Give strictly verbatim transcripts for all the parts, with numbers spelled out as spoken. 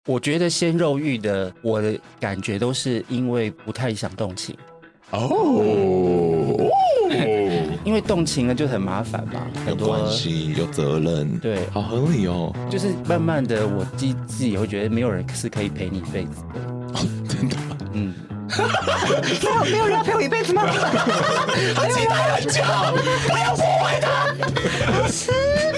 我觉得鲜肉欲的，我的感觉都是因为不太想动情。哦。因为动情了就很麻烦嘛， 有关系，有责任， 对， 好合理哦。 就是慢慢的，我自自己也会觉得没有人是可以陪你一辈子的。 哦，真的吗？嗯。 没有没有人要陪我一辈子吗？ 他期待很久，不要破坏他。 老师。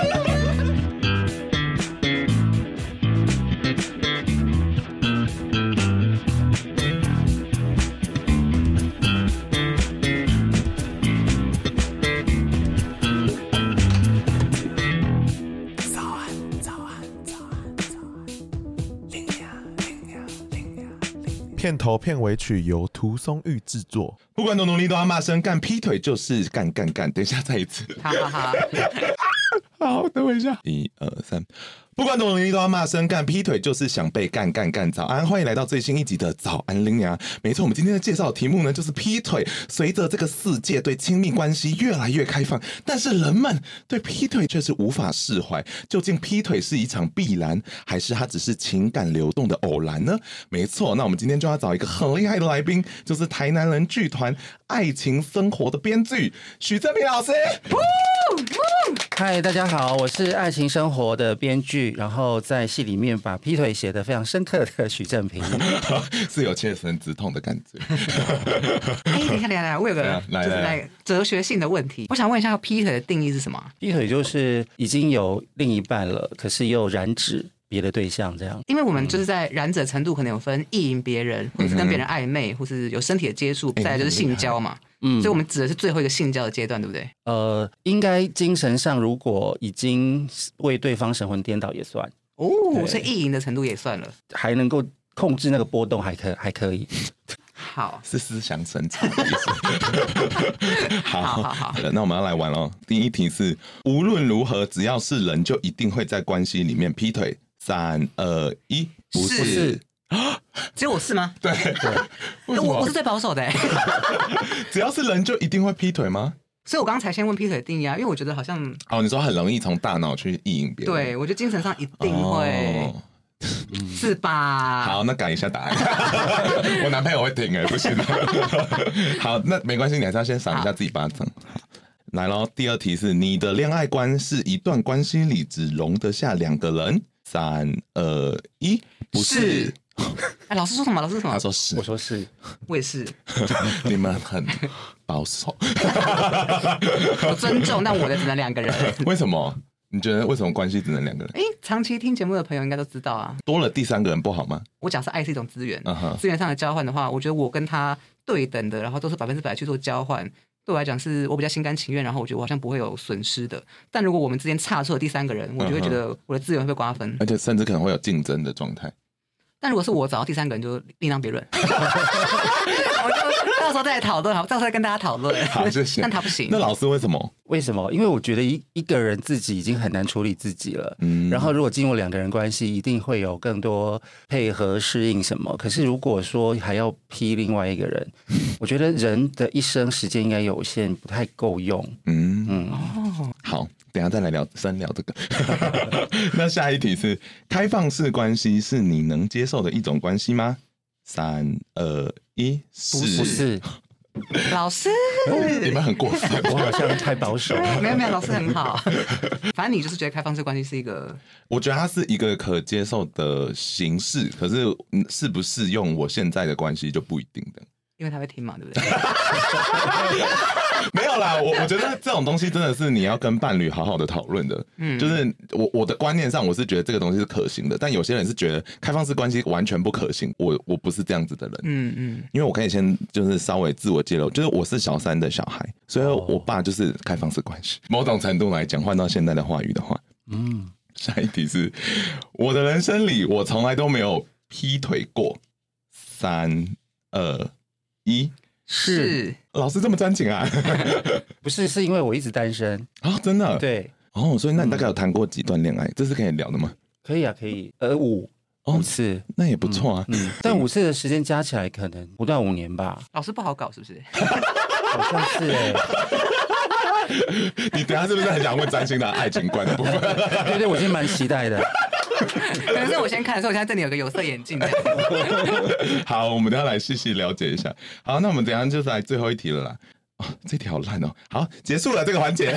片头片尾曲由涂松玉制作。 不管多努力都要骂声干，劈腿就是干干干。等一下，再一次。 好好好。 好，等我一下。一二三。不管多努力都要骂声干，劈腿就是想被干干干。早安，欢迎来到最新一集的早安林娘。没错，我们今天的介绍的题目呢，就是劈腿。随着这个世界对亲密关系越来越开放，但是人们对劈腿却是无法释怀。究竟劈腿是一场必然，还是它只是情感流动的偶然呢？没错，那我们今天就要找一个很厉害的来宾，就是台南人剧团《爱情生活》的编剧许正平老师。 嗨，大家好，我是《爱情生活》的编剧，然后在戏里面把劈腿写得非常深刻的许正平， 是有切身之痛的感觉。 哎，等一下，等一下，我有个就是来哲学性的问题，我想问一下，劈腿的定义是什么？ 劈腿就是已经有另一半了，可是又染指别的对象这样。 因为我们就是在染者程度可能有分意淫别人，或者是跟别人暧昧，或是有身体的接触，再来就是性交嘛。嗯，所以我们指的是最后一个性交的阶段，对不对？ 呃，应该精神上如果已经为对方神魂颠倒也算哦，所以意淫的程度也算了， 还能够控制那个波动，还可还可以。 好， 是思想审查的意思。好好好好， 那我们要来玩咯。第一题是：无论如何，只要是人，就一定会在关系里面劈腿。三二一，不是。 是只有我是吗？ 对对，我我是最保守的、欸。 只要是人就一定会劈腿吗？ 所以我刚才先问劈腿的定义啊，因为我觉得好像哦，你说很容易从大脑去意淫别人， 对我觉得精神上一定会。哦是吧？ 好，那改一下答案。我男朋友会听哎、欸，不行。好，那没关系，你还是要先赏一下自己巴掌。来咯，第二题是：你的恋爱观是一段关系里只容得下两个人。三二一，不是。是哎，老师说什么？老师说什么？ 他说是， 我说是， 我也是。 你们很保守。 我尊重，但我的只能两个人。 为什么？你觉得为什么关系只能两个人？ 哎，长期听节目的朋友应该都知道啊。 多了第三个人不好吗？ 我讲是爱是一种资源，资、 uh-huh. 源上的交换的话，我觉得我跟他对等的，然后都是百分之百去做交换。对我来讲是我比较心甘情愿，然后我觉得我好像不会有损失的。但如果我们之间差出了第三个人，我就会觉得我的资源会被瓜分， 而且甚至可能会有竞争的状态。 但如果是我找到第三个人，就另当别论。我就到时候再讨论，好，到时候再跟大家讨论。 好，谢谢。 但他不行。 那老师为什么？ 为什么？因为我觉得一一个人自己已经很难处理自己了，嗯，然后如果进入两个人关系，一定会有更多配合、适应什么。可是如果说还要劈另外一个人，我觉得人的一生时间应该有限，不太够用。嗯嗯， 哦， 好。等一下再来聊深聊这个。那下一题是：开放式关系是你能接受的一种关系吗？三二一，是不是？ 老师， 你们很过分， 我好像太保守。 没有没有，老师很好。反正你就是觉得开放式关系是一个， 我觉得它是一个可接受的形式，可是适不适用我现在的关系就不一定的。 因为他会听嘛，对不对？ 没有啦，我我觉得这种东西真的是你要跟伴侣好好的讨论的。嗯，就是我我的观念上，我是觉得这个东西是可行的，但有些人是觉得开放式关系完全不可行。我我不是这样子的人。嗯嗯，因为我可以先就是稍微自我揭露，就是我是小三的小孩，所以我爸就是开放式关系。某种程度来讲，换到现在的话语的话，嗯，下一题是：我的人生里，我从来都没有劈腿过。三二一。 是老师这么专情啊？ 不是，是因为我一直单身啊、哦，真的。 对哦，所以那你大概有谈过几段恋爱？这是可以聊的吗？ 可以啊，可以。呃，五、哦、五次， 那也不错啊。 嗯，嗯但五次的时间加起来可能不到五年吧。 老师不好搞是不是？ 好像是哎、 欸。你等一下是不是很想问占星的爱情观的部分？ 对对，我今天蛮期待的。 可能是我先看的时候，我现在这里有个有色眼镜。 好，我们等一下来细细了解一下。好，那我们等一下就来最后一题了啦。哦，这题好烂哦。好，结束了这个环节。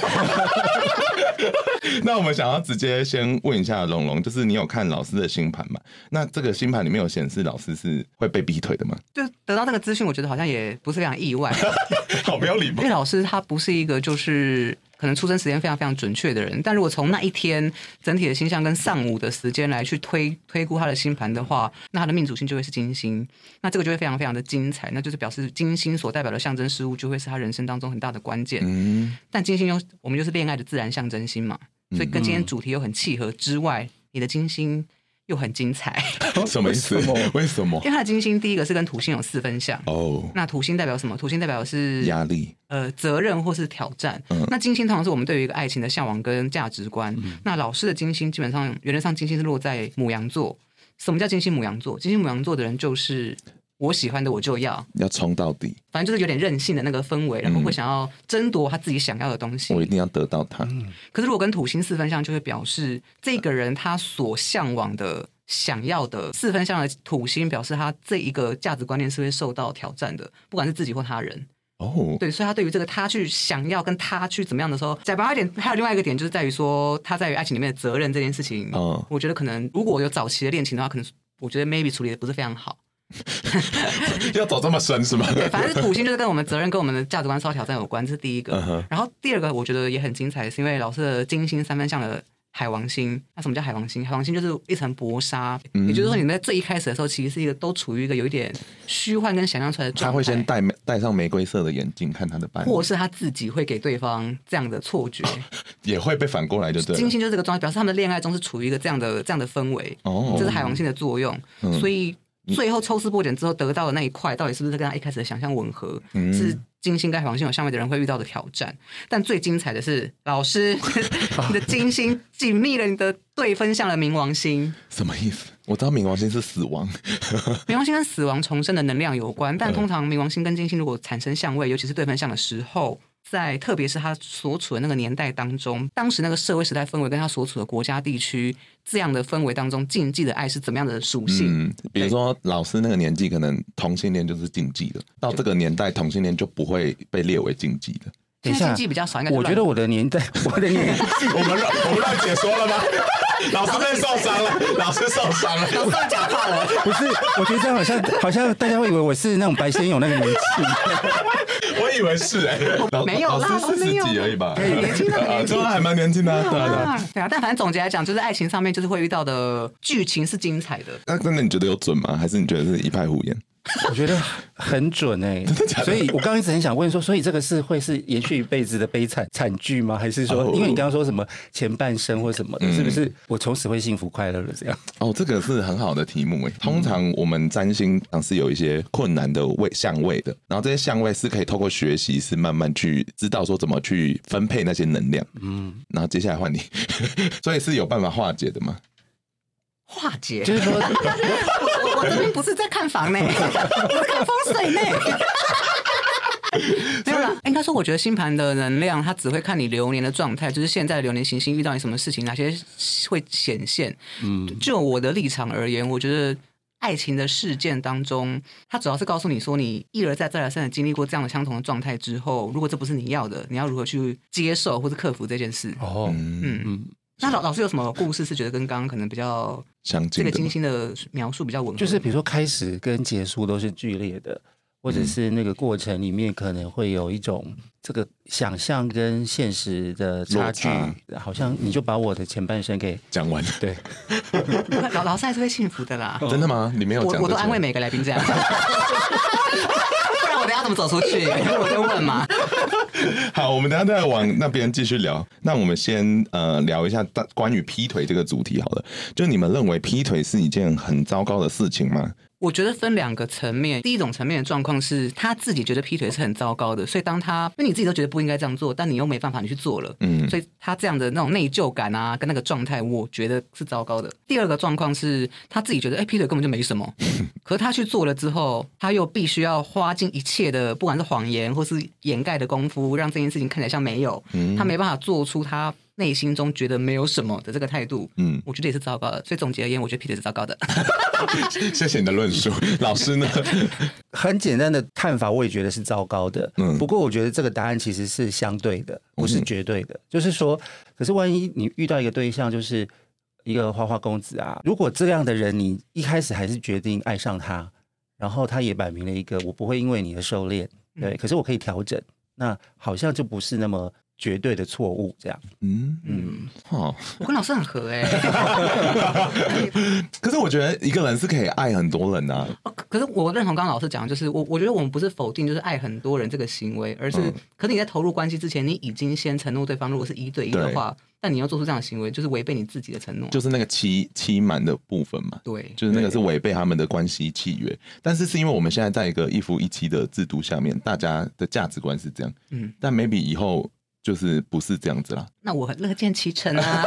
那我们想要直接先问一下龙龙，就是你有看老师的星盘吗？那这个星盘里面有显示老师是会被劈腿的吗？ 就得到这个资讯，我觉得好像也不是非常意外。 好没有礼貌。 因为老师他不是一个就是可能出生时间非常非常准确的人，但如果从那一天整体的星象跟上午的时间来去推推估他的星盘的话，那他的命主星就会是金星，那这个就会非常非常的精彩，那就是表示金星所代表的象征事物就会是他人生当中很大的关键。嗯，但金星又我们就是恋爱的自然象征星嘛，所以跟今天主题又很契合之外，你的金星又很精彩。 什么意思？为什么？ 因为他的金星第一个是跟土星有四分相哦。那土星代表什么？土星代表的是压力、 呃责任或是挑战。嗯、那金星通常是我们对于一个爱情的向往跟价值观。嗯、那老师的金星基本上原则上金星是落在牡羊座。什么叫金星牡羊座？金星牡羊座的人就是我喜欢的我就要要冲到底， 反正就是有点任性的那个氛围，然后会想要争夺他自己想要的东西。 我一定要得到它。 嗯、可是如果跟土星四分相，就会表示这个人他所向往的、想要的四分相的土星，表示他这一个价值观念是会受到挑战的，不管是自己或他人。哦，对，所以他对于这个他去想要跟他去怎么样的时候，讲白一点，还有另外一个点就是在于说，他在于爱情里面的责任这件事情。哦，我觉得可能如果有早期的恋情的话，可能我觉得 maybe 处理的不是非常好。 要走这么深是吗？ 对，反正是土星就是跟我们责任跟我们的价值观受到挑战有关，这是第一个。Uh-huh. 然后第二个我觉得也很精彩，是因为老师的金星三分相的海王星。那什么叫海王星？海王星就是一层薄纱，嗯、也就是说你们在最一开始的时候，其实是一个都处于一个有一点虚幻跟想象出来的状态。 他会先戴戴上玫瑰色的眼镜看他的伴侣， 或是他自己会给对方这样的错觉， 也会被反过来就对了。 金星就是这个状态，表示他们的恋爱中是处于一个这样的这样的氛围。哦，这是海王星的作用，嗯、所以。最后抽丝剥茧之后得到的那一块，到底是不是跟他一开始的想象吻合？嗯、是金星跟海王星有相位的人会遇到的挑战。但最精彩的是，老师，你的金星紧密了你的对分相的冥王星。 什么意思？我知道冥王星是死亡， 冥王星跟死亡重生的能量有关，但通常冥王星跟金星如果产生相位，尤其是对分相的时候。在特别是他所处的那个年代当中，当时那个社会时代氛围跟他所处的国家地区这样的氛围当中，禁忌的爱是怎么样的属性？ 嗯，比如说老师那个年纪，可能同性恋就是禁忌的，到这个年代同性恋就不会被列为禁忌的。 等一下，禁忌比较少，应该我觉得我的年代，我的年纪， 我们乱我们乱解说了吗？老师被受伤了，老师受伤了， 老师讲话了。 不是，我觉得这样好像好像大家会以为我是那种白先勇那个年纪。 我以为是哎、欸， 没有啦， 老师四十几而已吧， 年轻的年轻， 还蛮年轻的、啊，对啊，对啊。但反正总结来讲，就是爱情上面就是会遇到的剧情是精彩的。 那真的你觉得有准吗？还是你觉得是一派胡言？ 我觉得很准哎、欸，所以我刚刚一直很想问说，所以这个是会是延续一辈子的悲惨惨剧吗？还是说，因为你刚刚说什么前半生或什么的，是不是我从此会幸福快乐的这样？ 哦，这个是很好的题目哎。通常我们占星是有一些困难的位相位的，然后这些相位是可以透过学习，是慢慢去知道说怎么去分配那些能量。嗯，然后接下来换你，所以是有办法化解的吗？ 化解，就是说，我我我这边不是在看房呢，我是看风水呢。没有啦，应该说，我觉得星盘的能量，它只会看你流年的状态，就是现在的流年行星遇到你什么事情，哪些会显现。嗯，就我的立场而言，我觉得爱情的事件当中，它主要是告诉你说，你一而再再而三的经历过这样的相同的状态之后，如果这不是你要的，你要如何去接受或者克服这件事？哦，嗯嗯。那老老师有什么故事是觉得跟刚刚可能比较相近的？ 这个金星的描述比较吻合？ 就是比如说开始跟结束都是剧烈的，或者是那个过程里面可能会有一种这个想象跟现实的差距，好像你就把我的前半生给讲完了。 对， 老老师还是会幸福的啦。 真的吗？你没有讲， 我我都安慰每个来宾这样。不然我等一下怎么走出去？我就问嘛。 好，我们等一下再往那边继续聊。那我们先呃聊一下关于劈腿这个主题好了。就你们认为劈腿是一件很糟糕的事情吗？ 我觉得分两个层面，第一种层面的状况是他自己觉得劈腿是很糟糕的，所以当他因为你自己都觉得不应该这样做，但你又没办法你去做了，嗯，所以他这样的那种内疚感啊跟那个状态我觉得是糟糕的。第二个状况是他自己觉得哎劈腿根本就没什么，可是他去做了之后，他又必须要花尽一切的不管是谎言或是掩盖的功夫让这件事情看起来像没有，嗯，他没办法做出他内心中觉得没有什么的这个态度，嗯，我觉得也是糟糕的。所以总结而言，我觉得 Peter 是糟糕的。 谢谢你的论述，老师呢？ 很简单的看法，我也觉得是糟糕的。嗯，不过我觉得这个答案其实是相对的，不是绝对的。嗯、就是说，可是万一你遇到一个对象，就是一个花花公子啊，如果这样的人，你一开始还是决定爱上他，然后他也摆明了一个我不会因为你的狩猎，对，嗯、可是我可以调整，那好像就不是那么绝对的错误，这样。嗯嗯，哦，我跟老师很合哎、欸。 可是我觉得一个人是可以爱很多人啊。 哦、可是我认同刚刚老师讲，就是我我觉得我们不是否定就是爱很多人这个行为，而是、嗯、可是你在投入关系之前，你已经先承诺对方，如果是一对一的话，但你要做出这样的行为，就是违背你自己的承诺， 就是那个期期满的部分嘛。 对， 就是那个是违背他们的关系契约。但是是因为我们现在在一个一夫一妻的制度下面，大家的价值观是这样。嗯，但 maybe 以后。就是不是这样子啦， 那我很乐见其成啊。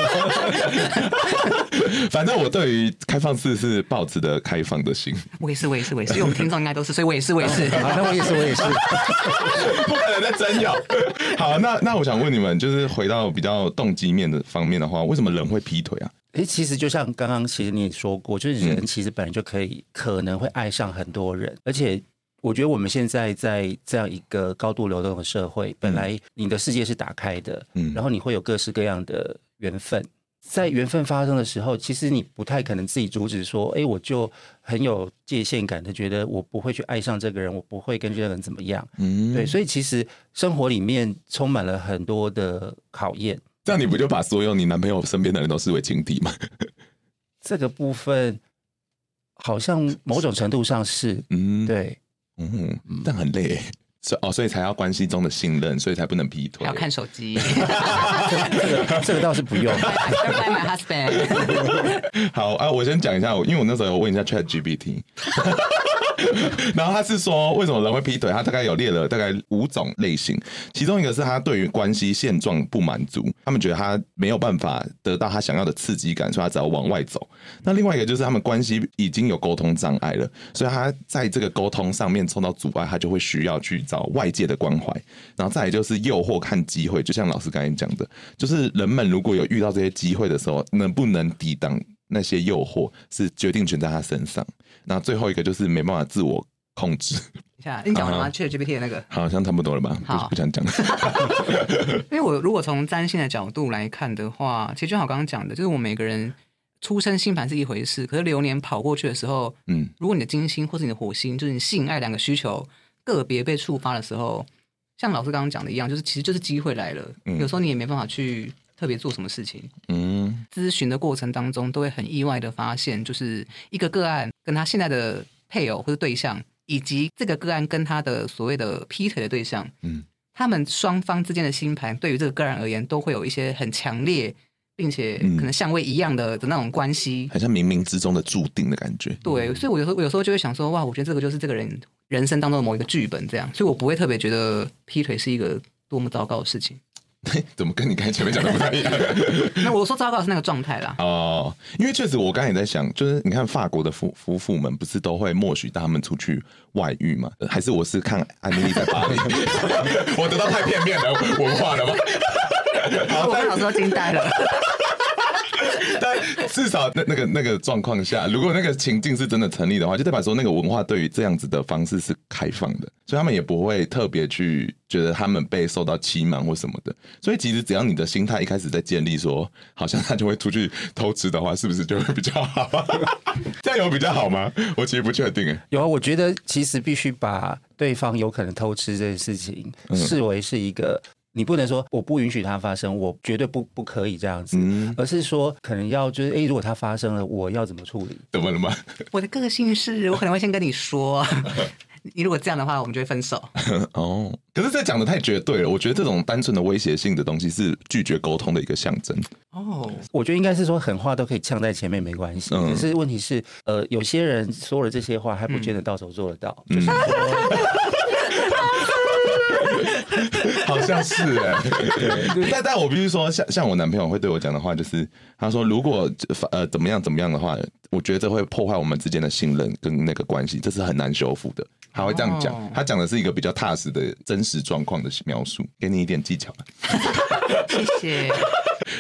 反正我对于开放式是抱持的开放的心。 我也是，我也是，我也是，因为我们听众应该都是，所以我也是，我也是。 好，那我也是，我也是。 不可能在真有。好，那那我想问你们，就是回到比较动机面的方面的话，为什么人会劈腿啊？ 哎，其实就像刚刚其实你也说过，就是人其实本来就可以、嗯、可能会爱上很多人，而且。我觉得我们现在在这样一个高度流动的社会，本来你的世界是打开的，嗯，然后你会有各式各样的缘分，在缘分发生的时候，其实你不太可能自己阻止说，哎，我就很有界限感的觉得我不会去爱上这个人，我不会跟这个人怎么样，嗯，对，所以其实生活里面充满了很多的考验。 这样你不就把所有你男朋友身边的人都视为情敌吗？ 这个部分好像某种程度上是，嗯，对。 嗯，但很累，所以哦，所以才要关系中的信任，所以才不能劈腿。 要看手机， 这个这个倒是不用。 Bye my husband。 好啊，我先讲一下，因为我那时候有问一下 Chat G P T。然后他是说为什么人会劈腿，他大概有列了大概五种类型，其中一个是他对于关系现状不满足，他们觉得他没有办法得到他想要的刺激感，所以他只要往外走。那另外一个就是他们关系已经有沟通障碍了，所以他在这个沟通上面受到阻碍，他就会需要去找外界的关怀。然后再来就是诱惑和机会，就像老师刚才讲的，就是人们如果有遇到这些机会的时候，能不能抵挡那些诱惑是决定权在他身上。那最后一个就是没办法自我控制。 等一下，你讲完了吗？ChatGPT 的那个好像差不多了吧？好，不想讲。 因为我如果从占星的角度来看的话，其实就好刚刚讲的，就是我们每个人出生星盘是一回事，可是流年跑过去的时候，嗯，如果你的金星或是你的火星，就是你性爱两个需求个别被触发的时候，像老师刚刚讲的一样，就是其实就是机会来了，嗯、有时候你也没办法去特别做什么事情。嗯，咨询的过程当中都会很意外的发现，就是一个个案跟他现在的配偶或者对象，以及这个个案跟他的所谓的劈腿的对象，嗯，他们双方之间的星盘对于这个个案而言都会有一些很强烈并且可能相位一样的的那种关系， 好像冥冥之中的注定的感觉。 对，所以我有时候有时候就会想说，哇，我觉得这个就是这个人人生当中的某一个剧本这样，所以我不会特别觉得劈腿是一个多么糟糕的事情。 怎么跟你刚才前面讲的不太一样？ 那我说糟糕的是那个状态啦。 哦，因为确实我刚才也在想，就是你看法国的夫夫妇们不是都会默许他们出去外遇吗？还是我是看安妮在巴黎，我得到太片面的文化了吗？ 我跟老师都惊呆了。 但至少那那个那个状况下，如果那个情境是真的成立的话，就代表说那个文化对于这样子的方式是开放的，所以他们也不会特别去觉得他们被受到欺瞒或什么的。所以其实只要你的心态一开始在建立说，好像他就会出去偷吃的话，是不是就会比较好？这样有比较好吗？我其实不确定哎。 有啊，我觉得其实必须把对方有可能偷吃这件事情视为是一个。你不能说我不允许它发生，我绝对不不可以这样子，嗯、而是说可能要就是，哎，如果它发生了，我要怎么处理？ 怎么了吗？ 我的个性是我可能会先跟你说，你如果这样的话，我们就会分手。 哦，可是这讲的太绝对了，我觉得这种单纯的威胁性的东西是拒绝沟通的一个象征。 哦，我觉得应该是说狠话都可以呛在前面没关系，嗯、可是问题是，呃，有些人说了这些话还不见得到手做得到，嗯、就是说。 好像是哎、欸，但但我必须说，像像我男朋友会对我讲的话，就是他说，如果呃怎么样怎么样的话，我觉得这会破坏我们之间的信任跟那个关系，这是很难修复的。他会这样讲，他讲的是一个比较踏实的真实状况的描述，给你一点技巧了。 谢谢。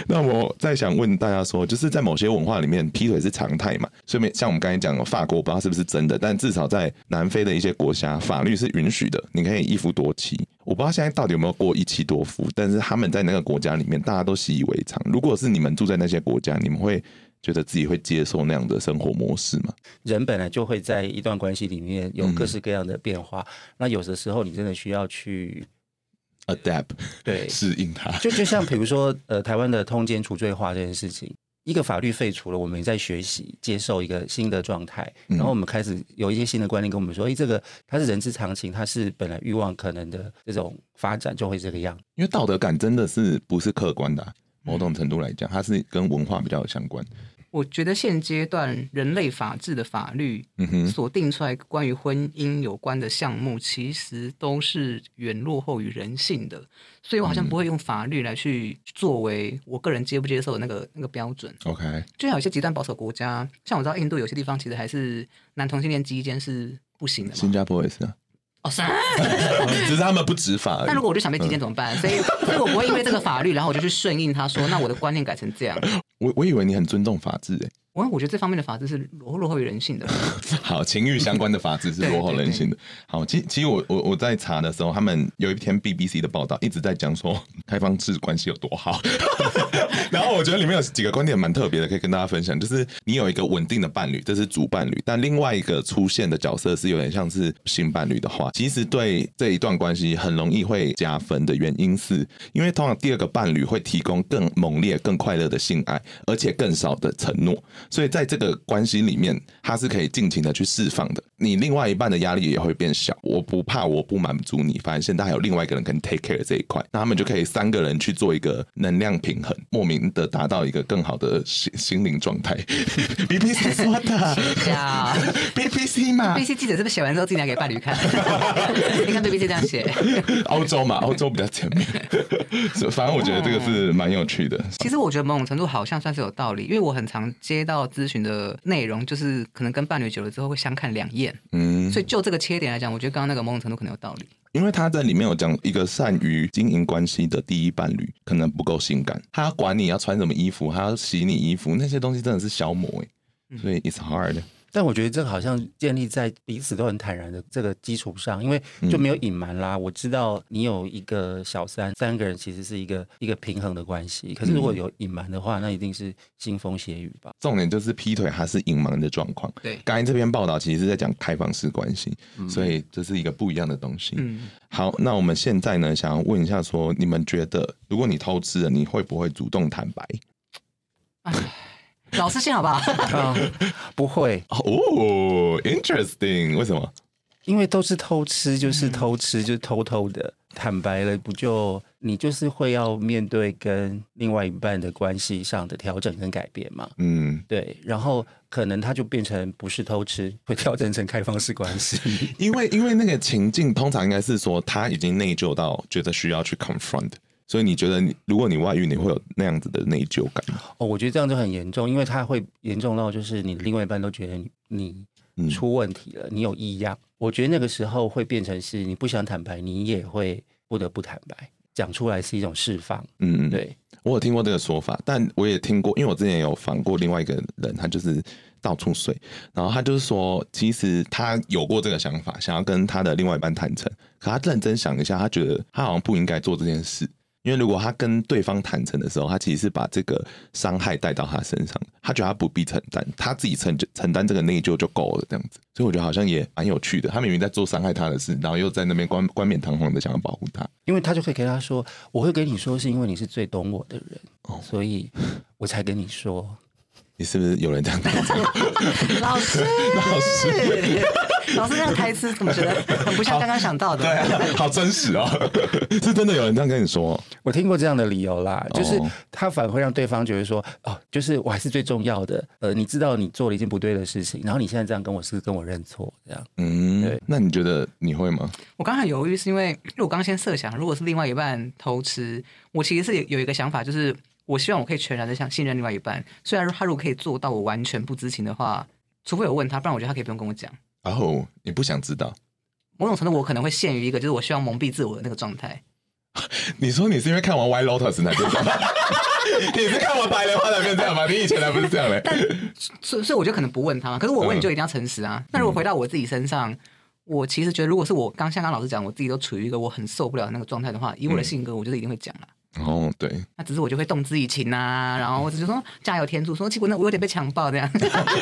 那我再想问大家说，就是在某些文化里面，劈腿是常态嘛？所以像我们刚才讲的，法国不知道是不是真的，但至少在南非的一些国家，法律是允许的，你可以一夫多妻。我不知道现在到底有没有过一妻多夫，但是他们在那个国家里面，大家都习以为常。如果是你们住在那些国家，你们会觉得自己会接受那样的生活模式吗？ 人本来就会在一段关系里面有各式各样的变化，嗯、那有的时候你真的需要去 adapt， 对， 适应它。 就就像比如说，呃，台湾的通奸除罪化这件事情。一个法律废除了，我们也在学习接受一个新的状态，然后我们开始有一些新的观念跟我们说，哎，这个它是人之常情，它是本来欲望可能的这种发展就会这个样。 因为道德感真的是不是客观的、啊，某种程度来讲，它是跟文化比较有相关。 我觉得现阶段人类法治的法律所定出来关于婚姻有关的项目，其实都是远落后于人性的，所以我好像不会用法律来去作为我个人接不接受的那个那个标准。 OK， 就像有些极端保守国家，像我知道印度有些地方其实还是男同性恋基奸是不行的嘛。 新加坡也是啊。 哦，是， 只是他们不执法而已。 那如果我就想被基奸怎么办？嗯、所以，所以我不会因为这个法律，然后我就去顺应他说，那我的观念改成这样。 我我以为你很尊重法治诶、欸。 我我觉得这方面的法治是落落后于人性的。 好，情欲相关的法治是落后人性的。好，其其实我我我在查的时候，他们有一篇 B B C 的报道一直在讲说开放式关系有多好。然后我觉得里面有几个观点蛮特别的，可以跟大家分享。就是你有一个稳定的伴侣，这是主伴侣，但另外一个出现的角色是有点像是新伴侣的话，其实对这一段关系很容易会加分的原因是，因为通常第二个伴侣会提供更猛烈、更快乐的性爱，而且更少的承诺。所以在这个关系里面，它是可以尽情的去释放的。你另外一半的压力也会变小。我不怕我不满足你，反正现在还有另外一个人跟 take care 这一块，那他们就可以三个人去做一个能量平衡，莫名的达到一个更好的心心灵状态。B B C 说的，B B C 嘛 ，B B C 记者是不是写完之后自己拿给伴侣看？你看 B B C 这样写， 欧洲嘛，欧洲比较前面。反正我觉得这个是蛮有趣的。 其实我觉得某种程度好像算是有道理，因为我很常接到咨询的内容，就是可能跟伴侣久了之后会相看两厌，嗯，所以就这个切点来讲，我觉得刚刚那个某种程度可能有道理。 因为他在里面有讲一个善于经营关系的第一伴侣可能不够性感，他要管你要穿什么衣服，他要洗你衣服，那些东西真的是消磨哎、嗯，所以 it's hard。 但我觉得这个好像建立在彼此都很坦然的这个基础上，因为就没有隐瞒啦、嗯。我知道你有一个小三，三个人其实是一个一个平衡的关系。可是如果有隐瞒的话，那一定是腥风血雨吧。 重点就是劈腿，它是隐瞒的状况。 对， 刚才这篇报道其实是在讲开放式关系、嗯，所以这是一个不一样的东西。嗯，好，那我们现在呢，想要问一下说，你们觉得如果你偷吃了，你会不会主动坦白？ 老师先好不好？ 啊，不会哦 ，interesting， 为什么？ 因为都是偷吃，就是偷吃，嗯、就是偷偷的。坦白了，不就你就是会要面对跟另外一半的关系上的调整跟改变嘛？嗯，对。然后可能他就变成不是偷吃，会调整成开放式关系。 因为因为那个情境通常应该是说他已经内疚到觉得需要去 confront。所以你觉得你，如果你外遇，你会有那样子的内疚感吗？ 哦，我觉得这样就很严重，因为它会严重到就是你另外一半都觉得你你出问题了，嗯、你有异样。我觉得那个时候会变成是你不想坦白，你也会不得不坦白，讲出来是一种释放。嗯，对， 我有听过这个说法，但我也听过，因为我之前有访过另外一个人，他就是到处睡，然后他就是说，其实他有过这个想法，想要跟他的另外一半坦诚，可他认真想一下，他觉得他好像不应该做这件事。因为如果他跟对方坦诚的时候，他其实是把这个伤害带到他身上，他觉得他不必承担，他自己承承担这个内疚就够了，这样子。所以我觉得好像也蛮有趣的，他明明在做伤害他的事，然后又在那边冠冠冕堂皇的想要保护他， 因为他就可以跟他说：“我会跟你说，是因为你是最懂我的人，哦、所以我才跟你说。” 你是不是有人这样讲？ 老师， 老师。 老师那个台词怎么觉得很不像刚刚想到的？ 对啊，好真实哦！是真的有人这样跟你说？ 我听过这样的理由啦，就是他反而会让对方觉得说，哦，就是我还是最重要的。呃，你知道你做了一件不对的事情，然后你现在这样跟我是跟我认错，这样。 嗯，对。那你觉得你会吗？ 我刚才犹豫是因为，因为我刚先设想，如果是另外一半偷吃，我其实是有一个想法，就是我希望我可以全然的想信任另外一半。虽然他如果可以做到我完全不知情的话，除非我问他，不然我觉得他可以不用跟我讲。 哦，你不想知道？ 某种程度我可能会陷于一个就是我希望蒙蔽自我的那个状态。 你说你是因为看完 White Lotus 才变这样？你是看完白莲花才变这样吗？你以前才不是这样嘞。 但所以所以我就可能不问他嘛。可是我问你就一定要诚实啊。嗯、那如果回到我自己身上，我其实觉得，如果是我刚像刚老师讲，我自己都处于一个我很受不了的那个状态的话，以我的性格，我就是一定会讲啦。 哦，对， 那只是我就会动之以情啊，然后我只是说加油添醋，说其实我那我有点被强暴这样。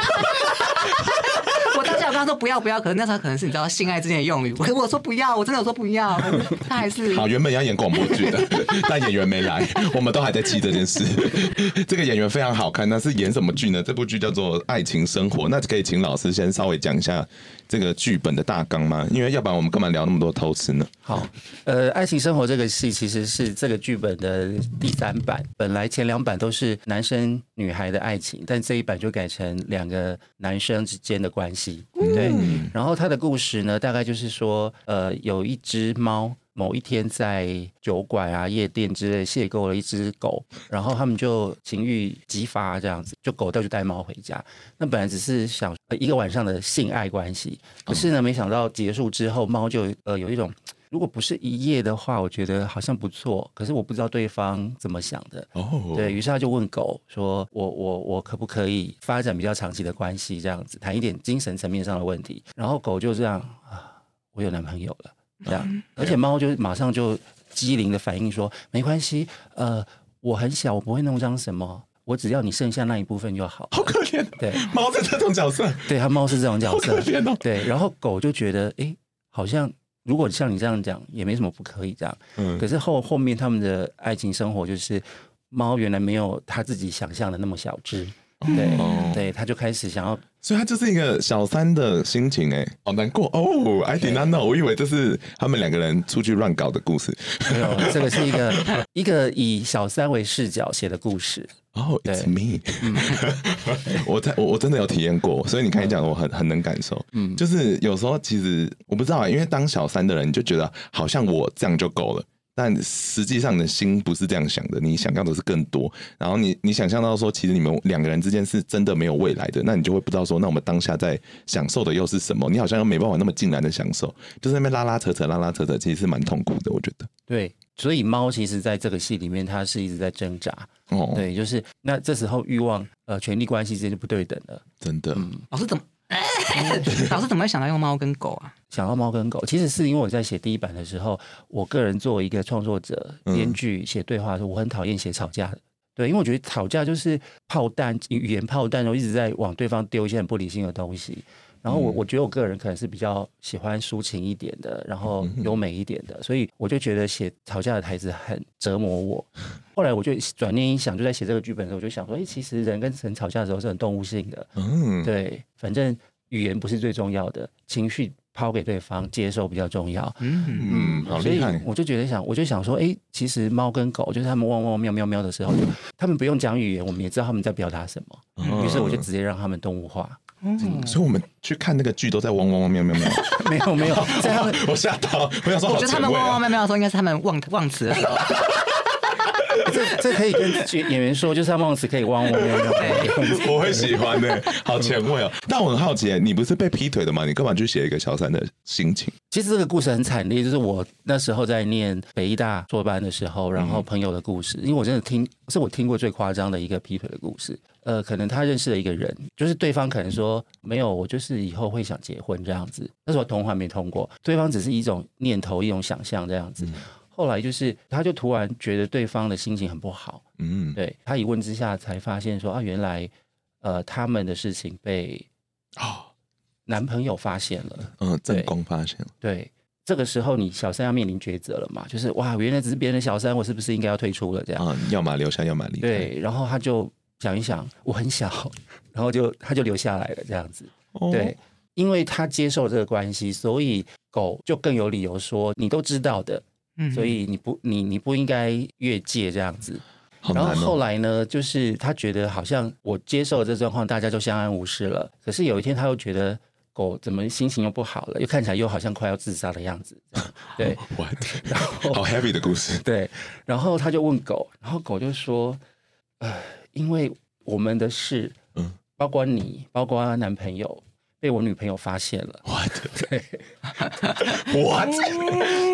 我当下我跟他说不要不要，可是那时候可能是你知道性爱之间的用语，我我说不要，我真的有说不要，他还是好。原本要演广播剧的，但演员没来，我们都还在记这件事。这个演员非常好看，那是演什么剧呢？这部剧叫做《爱情生活》，那可以请老师先稍微讲一下这个剧本的大纲吗？因为要不然我们干嘛聊那么多偷吃呢？ 好，呃，《爱情生活》这个戏其实是这个剧本的第三版，本来前两版都是男生女孩的爱情，但这一版就改成两个男生之间的关系。对，嗯、然后他的故事呢，大概就是说，呃，有一只猫，某一天在酒馆啊、夜店之类邂逅了一只狗，然后他们就情欲激发，这样子，就狗带就带猫回家。那本来只是想、呃、一个晚上的性爱关系，可是呢，没想到结束之后，猫就呃有一种。如果不是一夜的话，我觉得好像不错，可是我不知道对方怎么想的。哦，对于是他就问狗说：“我我我可不可以发展比较长期的关系，这样子谈一点精神层面上的问题？”然后狗就这样啊，我有男朋友了，这样，嗯、而且猫就马上就机灵的反应说：“没关系，呃，我很小，我不会弄脏什么。”我只要你剩下那一部分就好。 好可怜， 对， 猫是这种角色， 对，它猫是这种角色， 好可怜哦。 对，然后狗就觉得，哎，好像。如果像你这样讲，也没什么不可以这样。嗯，可是后后面他们的爱情生活就是，猫原来没有他自己想象的那么小只，对、哦、对，他就开始想要， 所以他就是一个小三的心情哎，好难过哦。I did not know， 我以为这是他们两个人出去乱搞的故事。 没有，这个是一个一个以小三为视角写的故事。 哦、oh, ，It's me，、嗯、我在我我真的有体验过，所以你看你讲，我很很能感受。嗯，就是有时候其实我不知道啊，因为当小三的人，你就觉得好像我这样就够了，但实际上你的心不是这样想的，你想要的是更多。然后你你想象到说，其实你们两个人之间是真的没有未来的，那你就会不知道说，那我们当下在享受的又是什么？你好像又没办法那么尽然的享受，就是那边拉拉扯扯拉拉扯扯，其实是蛮痛苦的，我觉得。 对。所以猫其实在这个戏里面，它是一直在挣扎。哦，对，就是那这时候欲望、呃，权力关系之间就不对等了。 真的，嗯、 老师怎么？老师怎么会想到用猫跟狗啊？ 想到猫跟狗，其实是因为我在写第一版的时候，我个人作为一个创作者、编剧写对话的时候，我很讨厌写吵架的。对，因为我觉得吵架就是炮弹、语言炮弹，然后一直在往对方丢一些很不理性的东西。然后我我觉得我个人可能是比较喜欢抒情一点的，然后优美一点的，所以我就觉得写吵架的台词很折磨我。后来我就转念一想，就在写这个剧本的时候，我就想说，哎，其实人跟人吵架的时候是很动物性的。嗯，对，反正语言不是最重要的，情绪抛给对方接受比较重要。嗯嗯，好厉害。 所以我就觉得想，我就想说，哎，其实猫跟狗就是他们汪汪喵喵喵的时候，就他们不用讲语言，我们也知道他们在表达什么。嗯、于是我就直接让他们动物化。 嗯，所以我们去看那个剧都在汪汪汪喵喵喵， 没有没有，在他们我吓到，我想说、啊， 我觉得他们汪汪喵喵的时候，应该是他们忘忘词的时候。 这这可以跟演员说，就是他忘词可以汪汪喵喵。 我会喜欢的、欸，好前卫哦。但我很好奇、欸，你不是被劈腿的吗？你干嘛去写一个小三的心情？ 其实这个故事很惨烈，就是我那时候在念北医大硕班的时候，然后朋友的故事，因为我真的听，是我听过最夸张的一个劈腿的故事。呃，可能他认识了一个人，就是对方可能说没有，我就是以后会想结婚这样子。那时候同还没通过，对方只是一种念头、一种想象这样子。嗯、后来就是他就突然觉得对方的心情很不好，嗯，对他一问之下才发现说啊，原来呃他们的事情被啊男朋友发现了， 嗯，正宫发现了， 对。这个时候，你小三要面临抉择了嘛？就是哇，原来只是别人的小三，我是不是应该要退出了？这样啊， 要么留下，要么离开。 对，然后他就想一想，我很小，然后就他就留下来了，这样子。哦、对，因为他接受这个关系，所以狗就更有理由说，你都知道的，嗯、所以你不你你不应该越界这样子。 哦、 然后后来呢，就是他觉得好像我接受了这状况，大家就相安无事了。可是有一天，他又觉得。狗怎么心情又不好了？又看起来又好像快要自杀的样子。对， 然后好 heavy 的故事。 对，然后他就问狗，然后狗就说：“呃，因为我们的事，嗯，包括你，包括男朋友，被我女朋友发现了。” What？ 对 ，What？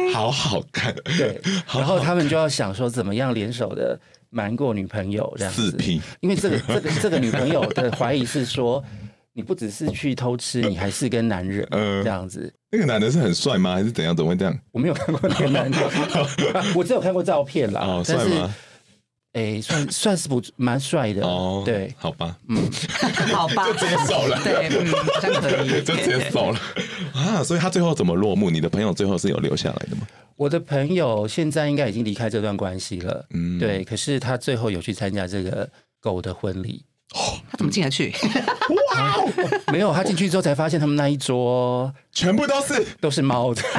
好好看。 对，然后他们就要想说怎么样联手的瞒过女朋友这样子。 四 P， 因为这个这个这个女朋友的怀疑是说，你不只是去偷吃，你还是跟男人、呃、这样子。 那个男的是很帅吗？还是怎样？怎么会这样？ 我没有看过那个男的，我只有看过照片啦。 哦，帅吗？ 哎，算算是不蛮帅的哦。对， 好吧， 嗯，好吧， 就接受了。 对，嗯，好像可以， 就接受了啊。所以他最后怎么落幕？你的朋友最后是有留下来的吗？ 我的朋友现在应该已经离开这段关系了。嗯，对。可是他最后有去参加这个狗的婚礼。 哦，他怎么进得去？ 哇、哦，没有，他进去之后才发现他们那一桌全部都是都是猫的。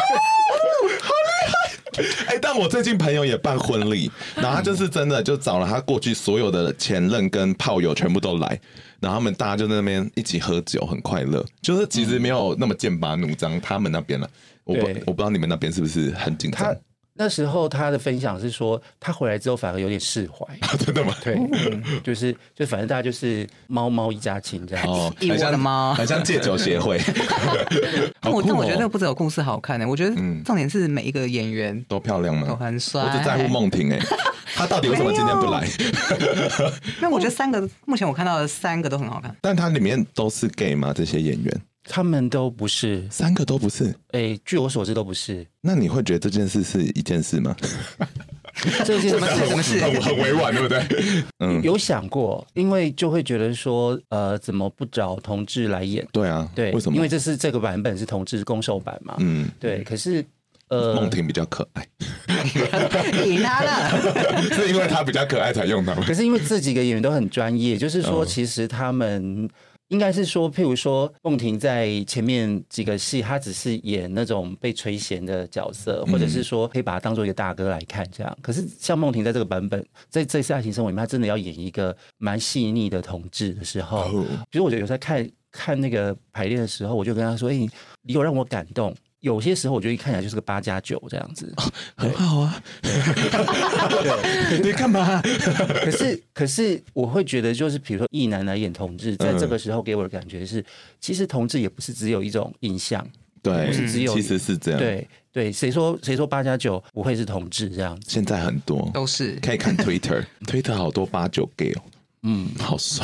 哎、欸，但我最近朋友也办婚礼，然后他就是真的就找了他过去所有的前任跟炮友全部都来，然后他们大家就在那边一起喝酒，很快乐。就是其实没有那么剑拔弩张，他们那边了。我不我不知道你们那边是不是很紧张。 那时候他的分享是说，他回来之后反而有点释怀。 啊、真的吗？ 对，嗯、就是就反正大家就是猫猫一家亲这样子。哦， 一窝的猫， 很像戒酒协会。 但我、哦、但我觉得那个不只有故事好看呢、欸，我觉得重点是每一个演员都漂亮吗？ 都很帅。 我只在乎梦婷哎、欸，他到底为什么今天不来？ 那我觉得三个目前我看到的三个都很好看， 但他里面都是 gay 吗？这些演员？ 他们都不是， 三个都不是。 哎、欸，据我所知都不是。 那你会觉得这件事是一件事吗？ 这件事什么事？ 很很委婉，对不对？ 嗯，有想过，因为就会觉得说，呃，怎么不找同志来演？ 对啊， 对， 为什么？ 因为这是这个版本是同志公售版嘛。嗯，对。可是，呃， 梦婷比较可爱， 赢他了， 是因为他比较可爱才用他们。 可是因为这几个演员都很专业，就是说，其实他们。应该是说，譬如说，梦婷在前面几个戏，她只是演那种被垂涎的角色，或者是说可以把她当做一个大哥来看这样。可是像梦婷在这个版本，在这次爱情生活里面，她真的要演一个蛮细腻的同志的时候，其实我觉得有在看看那个排练的时候，我就跟她说：“哎、欸，你有让我感动。”有些时候我觉得一看起来就是个八加九这样子、哦， 很好啊。对，你干嘛？ 可是，可是我会觉得，就是比如说异男来演同志，在这个时候给我的感觉是，其实同志也不是只有一种印象， 对， 不是只有， 其实是这样。 对对，谁说谁说八加九不会是同志这样子？ 现在很多都是， 可以看 Twitter，Twitter 好多八九 gay 哦，嗯，好帅。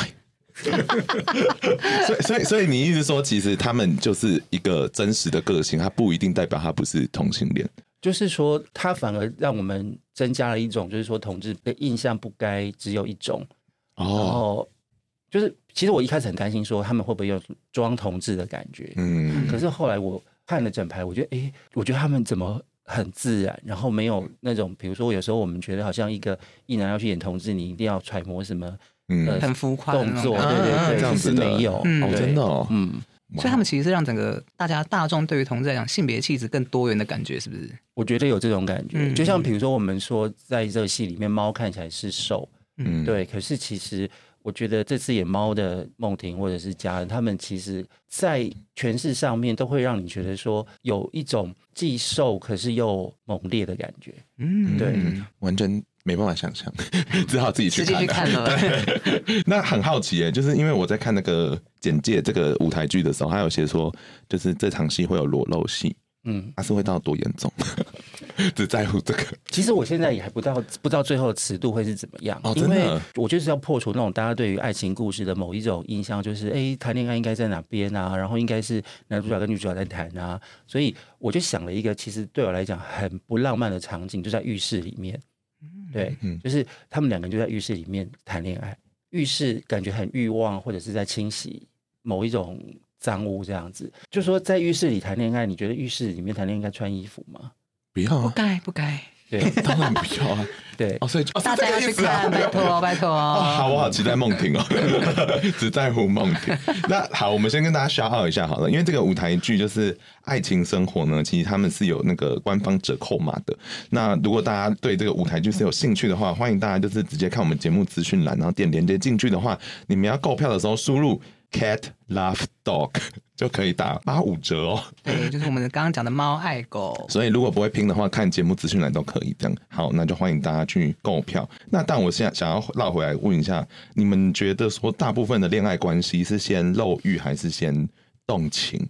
所以，所以，所以你意思说，其实他们就是一个真实的个性，他不一定代表他不是同性恋。 就是说，他反而让我们增加了一种，就是说，同志的印象不该只有一种。哦，然后就是，其实我一开始很担心说他们会不会有装同志的感觉。嗯，可是后来我看了整排，我觉得，哎，我觉得他们怎么很自然，然后没有那种，比如说有时候我们觉得好像一个异男要去演同志，你一定要揣摩什么。 嗯，呃、很浮夸动作，对对对， 这样子没有， 嗯、哦，真的哦， 嗯，所以他们其实是让整个大家大众对于同志来讲性别气质更多元的感觉，是不是？ 我觉得有这种感觉，嗯、就像比如说我们说在这个戏里面，猫看起来是瘦，嗯，对，可是其实我觉得这次演猫的梦婷或者是家人，他们其实在诠释上面都会让你觉得说有一种既瘦可是又猛烈的感觉，嗯，对， 完全。没办法想象，只好自己去看。 自己去看了。 那很好奇耶，就是因为我在看那个简介这个舞台剧的时候，还有写说，就是这场戏会有裸露戏，嗯，它是会到多严重？只在乎这个。 其实我现在也还不知道，不知道最后的尺度会是怎么样， 哦、 因为我就是要破除那种大家对于爱情故事的某一种印象，就是哎，谈恋爱应该在哪边啊，然后应该是男主角跟女主角在谈啊，所以我就想了一个，其实对我来讲很不浪漫的场景，就在浴室里面。对，就是他们两个人就在浴室里面谈恋爱，浴室感觉很欲望，或者是在清洗某一种脏污这样子。就说在浴室里谈恋爱，你觉得浴室里面谈恋爱应该穿衣服吗？ 不要、啊， 不该，不该。 对，当然不要啊。 对， 哦，所以、哦、 大家要去看，拜托，拜托、 哦。好，我好期待梦婷哦，只在乎梦婷。那好，我们先跟大家 shout out 一下好了，因为这个舞台剧就是《爱情生活》呢，其实他们是有那个官方折扣码的。那如果大家对这个舞台剧是有兴趣的话，欢迎大家就是直接看我们节目资讯栏，然后点连结进去的话，你们要购票的时候输入 cat love dog 就可以打八五折哦。 对，就是我们刚刚讲的猫爱狗。 所以如果不会拼的话，看节目资讯栏都可以这样。好，那就欢迎大家去购票。那但我现在想要绕回来问一下，你们觉得说大部分的恋爱关系是先肉欲还是先动情？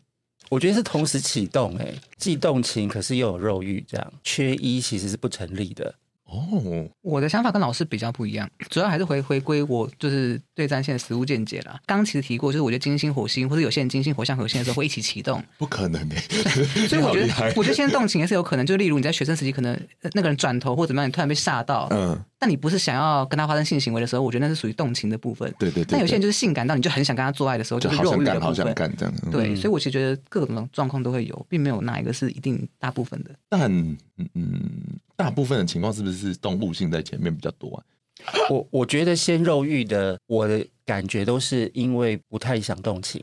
我觉得是同时启动、欸，哎，既动情可是又有肉欲，这样缺一其实是不成立的。 哦， 我的想法跟老师比较不一样，主要还是回回归我就是对战线的实务见解啦。刚刚其实提过，就是我觉得金星、火星或者有些人金星、火象合星的时候会一起启动， 不可能的、欸。 所以我觉得，我觉得现在动情也是有可能，就例如你在学生时期，可能那个人转头或怎么样，你突然被吓到，嗯，但你不是想要跟他发生性行为的时候，我觉得那是属于动情的部分。 对对 对, 对。 但有些人就是性感到你就很想跟他做爱的时候，就是肉欲的部分。 好想干，这样。嗯、 对，所以我其实觉得各种状况都会有，并没有哪一个是一定大部分的。 但嗯，大部分的情况是不是动物性在前面比较多啊？ 我我觉得先肉欲的，我的感觉都是因为不太想动情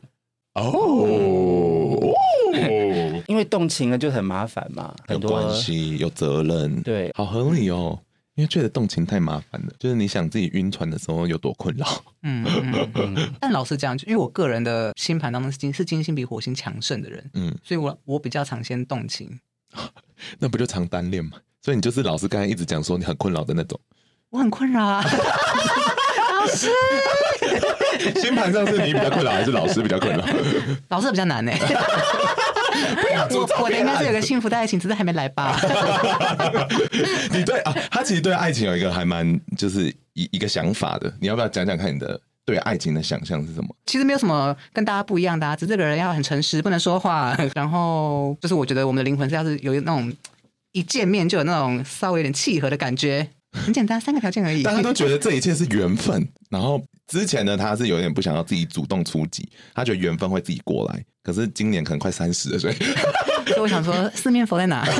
哦，因为动情了就很麻烦嘛，很多有关系有责任， 对， 好合理哦。因为觉得动情太麻烦了，就是你想自己晕船的时候有多困扰。 嗯嗯嗯。但老实讲，因为我个人的星盘当中是金是金星比火星强盛的人，嗯，所以我我比较常先动情。 那不就常单恋吗？所以你就是老师刚才一直讲说你很困扰的那种。 我很困扰啊，老师。 星盘上是你比较困扰，还是老师比较困扰？ 老师比较难哎、欸。我我的应该是有个幸福的爱情，只是还没来吧。 你对啊，他其实对爱情有一个还蛮就是一一个想法的，你要不要讲讲看你的对爱情的想象是什么？ 其实没有什么跟大家不一样的、啊，只是这个人要很诚实，不能说话。然后就是我觉得我们的灵魂是要是有那种一见面就有那种稍微有点契合的感觉。很简单，三个条件而已。 大家都觉得这一切是缘分，然后之前呢，他是有点不想要自己主动出击，他觉得缘分会自己过来。可是今年可能快三十了，所以， 所以我想说，四面佛在哪？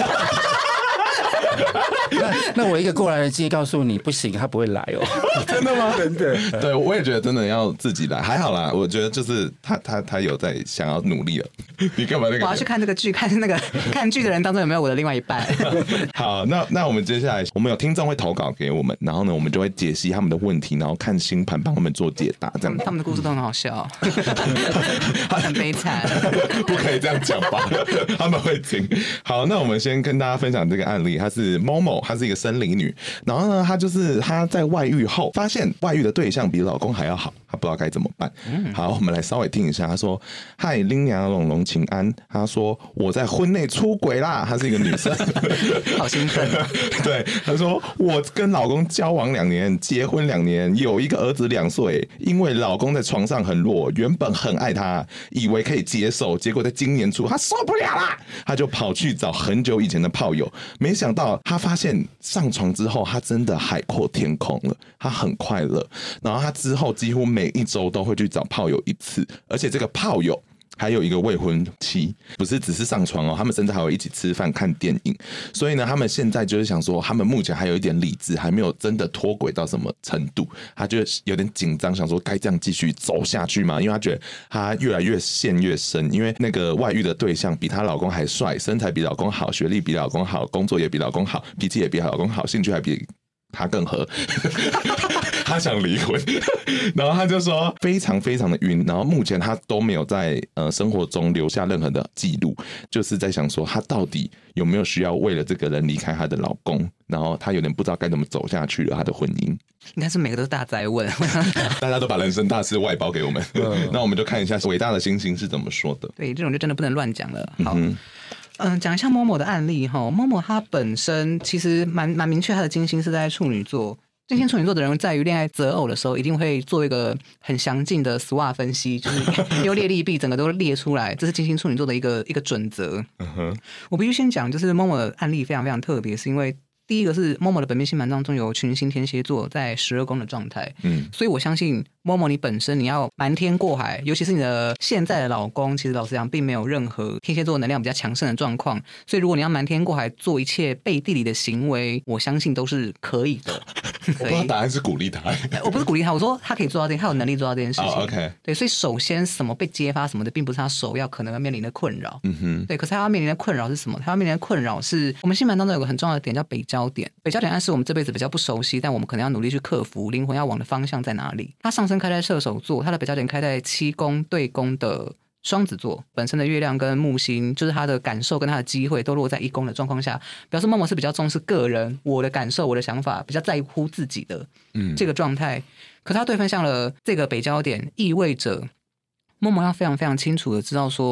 那, 那我一个过来人建议告诉你，不行，他不会来哦。 真的吗？真的。对，我也觉得真的要自己来，还好啦。我觉得就是他他他有在想要努力了。你干嘛那个？ 我要去看这个剧，看那个看剧的人当中有没有我的另外一半。 好，那那我们接下来，我们有听众会投稿给我们，然后呢，我们就会解析他们的问题，然后看星盘帮他们做解答，这样。 他们的故事都很好笑，很悲惨。 不可以这样讲吧？他们会听。好，那我们先跟大家分享这个案例，她是 Momo， 她是一个生理女，然后呢，她就是她在外遇后发现外遇的对象比老公还要好，她不知道该怎么办。嗯、好，我们来稍微听一下。她说：“嗨，林娘龙龙请安。”她说：“我在婚内出轨啦。”她是一个女生， 好兴奋、啊。 对，她说：“我跟老公交往两年，结婚两年，有一个儿子两岁。因为老公在床上很弱，原本很爱他，以为可以接受，结果在今年初他受不了啦，他就跑去找很久以前的炮友，没想到他发现上床之后，他真的海阔天空了，他很快乐。然后他之后几乎每一周都会去找炮友一次，而且这个炮友还有一个未婚妻，不是只是上床哦，他们甚至还会一起吃饭看电影。所以呢，他们现在就是想说，他们目前还有一点理智，还没有真的脱轨到什么程度，他就有点紧张，想说该这样继续走下去吗？因为他觉得他越来越陷越深，因为那个外遇的对象比她老公还帅，身材比老公好，学历比老公好，工作也比老公好，脾气也比老公好，兴趣还比他更合。他想离婚，然后他就说非常非常的晕，然后目前他都没有在呃生活中留下任何的记录，就是在想说他到底有没有需要为了这个人离开她的老公，然后他有点不知道该怎么走下去了他的婚姻。 应该是每个都是大哉问， 大家都把人生大事外包给我们，那我们就看一下伟大的星星是怎么说的。 对，这种就真的不能乱讲了。好。嗯嗯，讲一下 Momo 的案例哈。Momo 他本身其实蛮蛮明确，他的金星是在处女座。金星处女座的人在于恋爱择偶的时候，一定会做一个很详尽的 S W O T 分析，就是优劣利弊整个都列出来，这是金星处女座的一个一个准则。Uh-huh. 我必须先讲，就是 Momo 的案例非常非常特别，是因为第一个是 Momo 的本命星盘当中有群星天蝎座在十二宫的状态，嗯，所以我相信 Momo 你本身你要瞒天过海，尤其是你的现在的老公，其实老实讲并没有任何天蝎座能量比较强盛的状况，所以如果你要瞒天过海做一切背地里的行为，我相信都是可以的。 我不知道答案是鼓励他， 我不是鼓励他，我说他可以做到这件，他有能力做到这件事情。 Oh, OK， 对，所以首先什么被揭发什么的，并不是他首要可能要面临的困扰。嗯哼，对，可是他要面临的困扰是什么？他要面临的困扰是我们星盘当中有个很重要的点叫北交点，北交点暗示我们这辈子比较不熟悉，但我们可能要努力去克服，灵魂要往的方向在哪里？他上升开在射手座，他的北交点开在七宫对宫的双子座，本身的月亮跟木星，就是他的感受跟他的机会都落在一宫的状况下，表示 Momo 是比较重视个人，我的感受，我的想法，比较在乎自己的这个状态。嗯、可是他对分向了这个北交点，意味着 Momo 要非常非常清楚的知道说，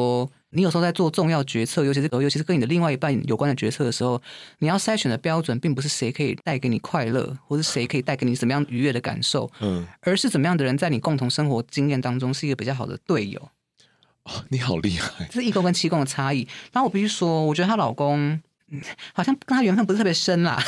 你有时候在做重要决策，尤其是尤其是跟你的另外一半有关的决策的时候，你要筛选的标准并不是谁可以带给你快乐，或是谁可以带给你什么样愉悦的感受，嗯，而是怎么样的人在你共同生活经验当中是一个比较好的队友。 哦，你好厉害！ 这是一宫跟七宫的差异。然后我必须说，我觉得她老公、嗯、好像跟她缘分不是特别深啦。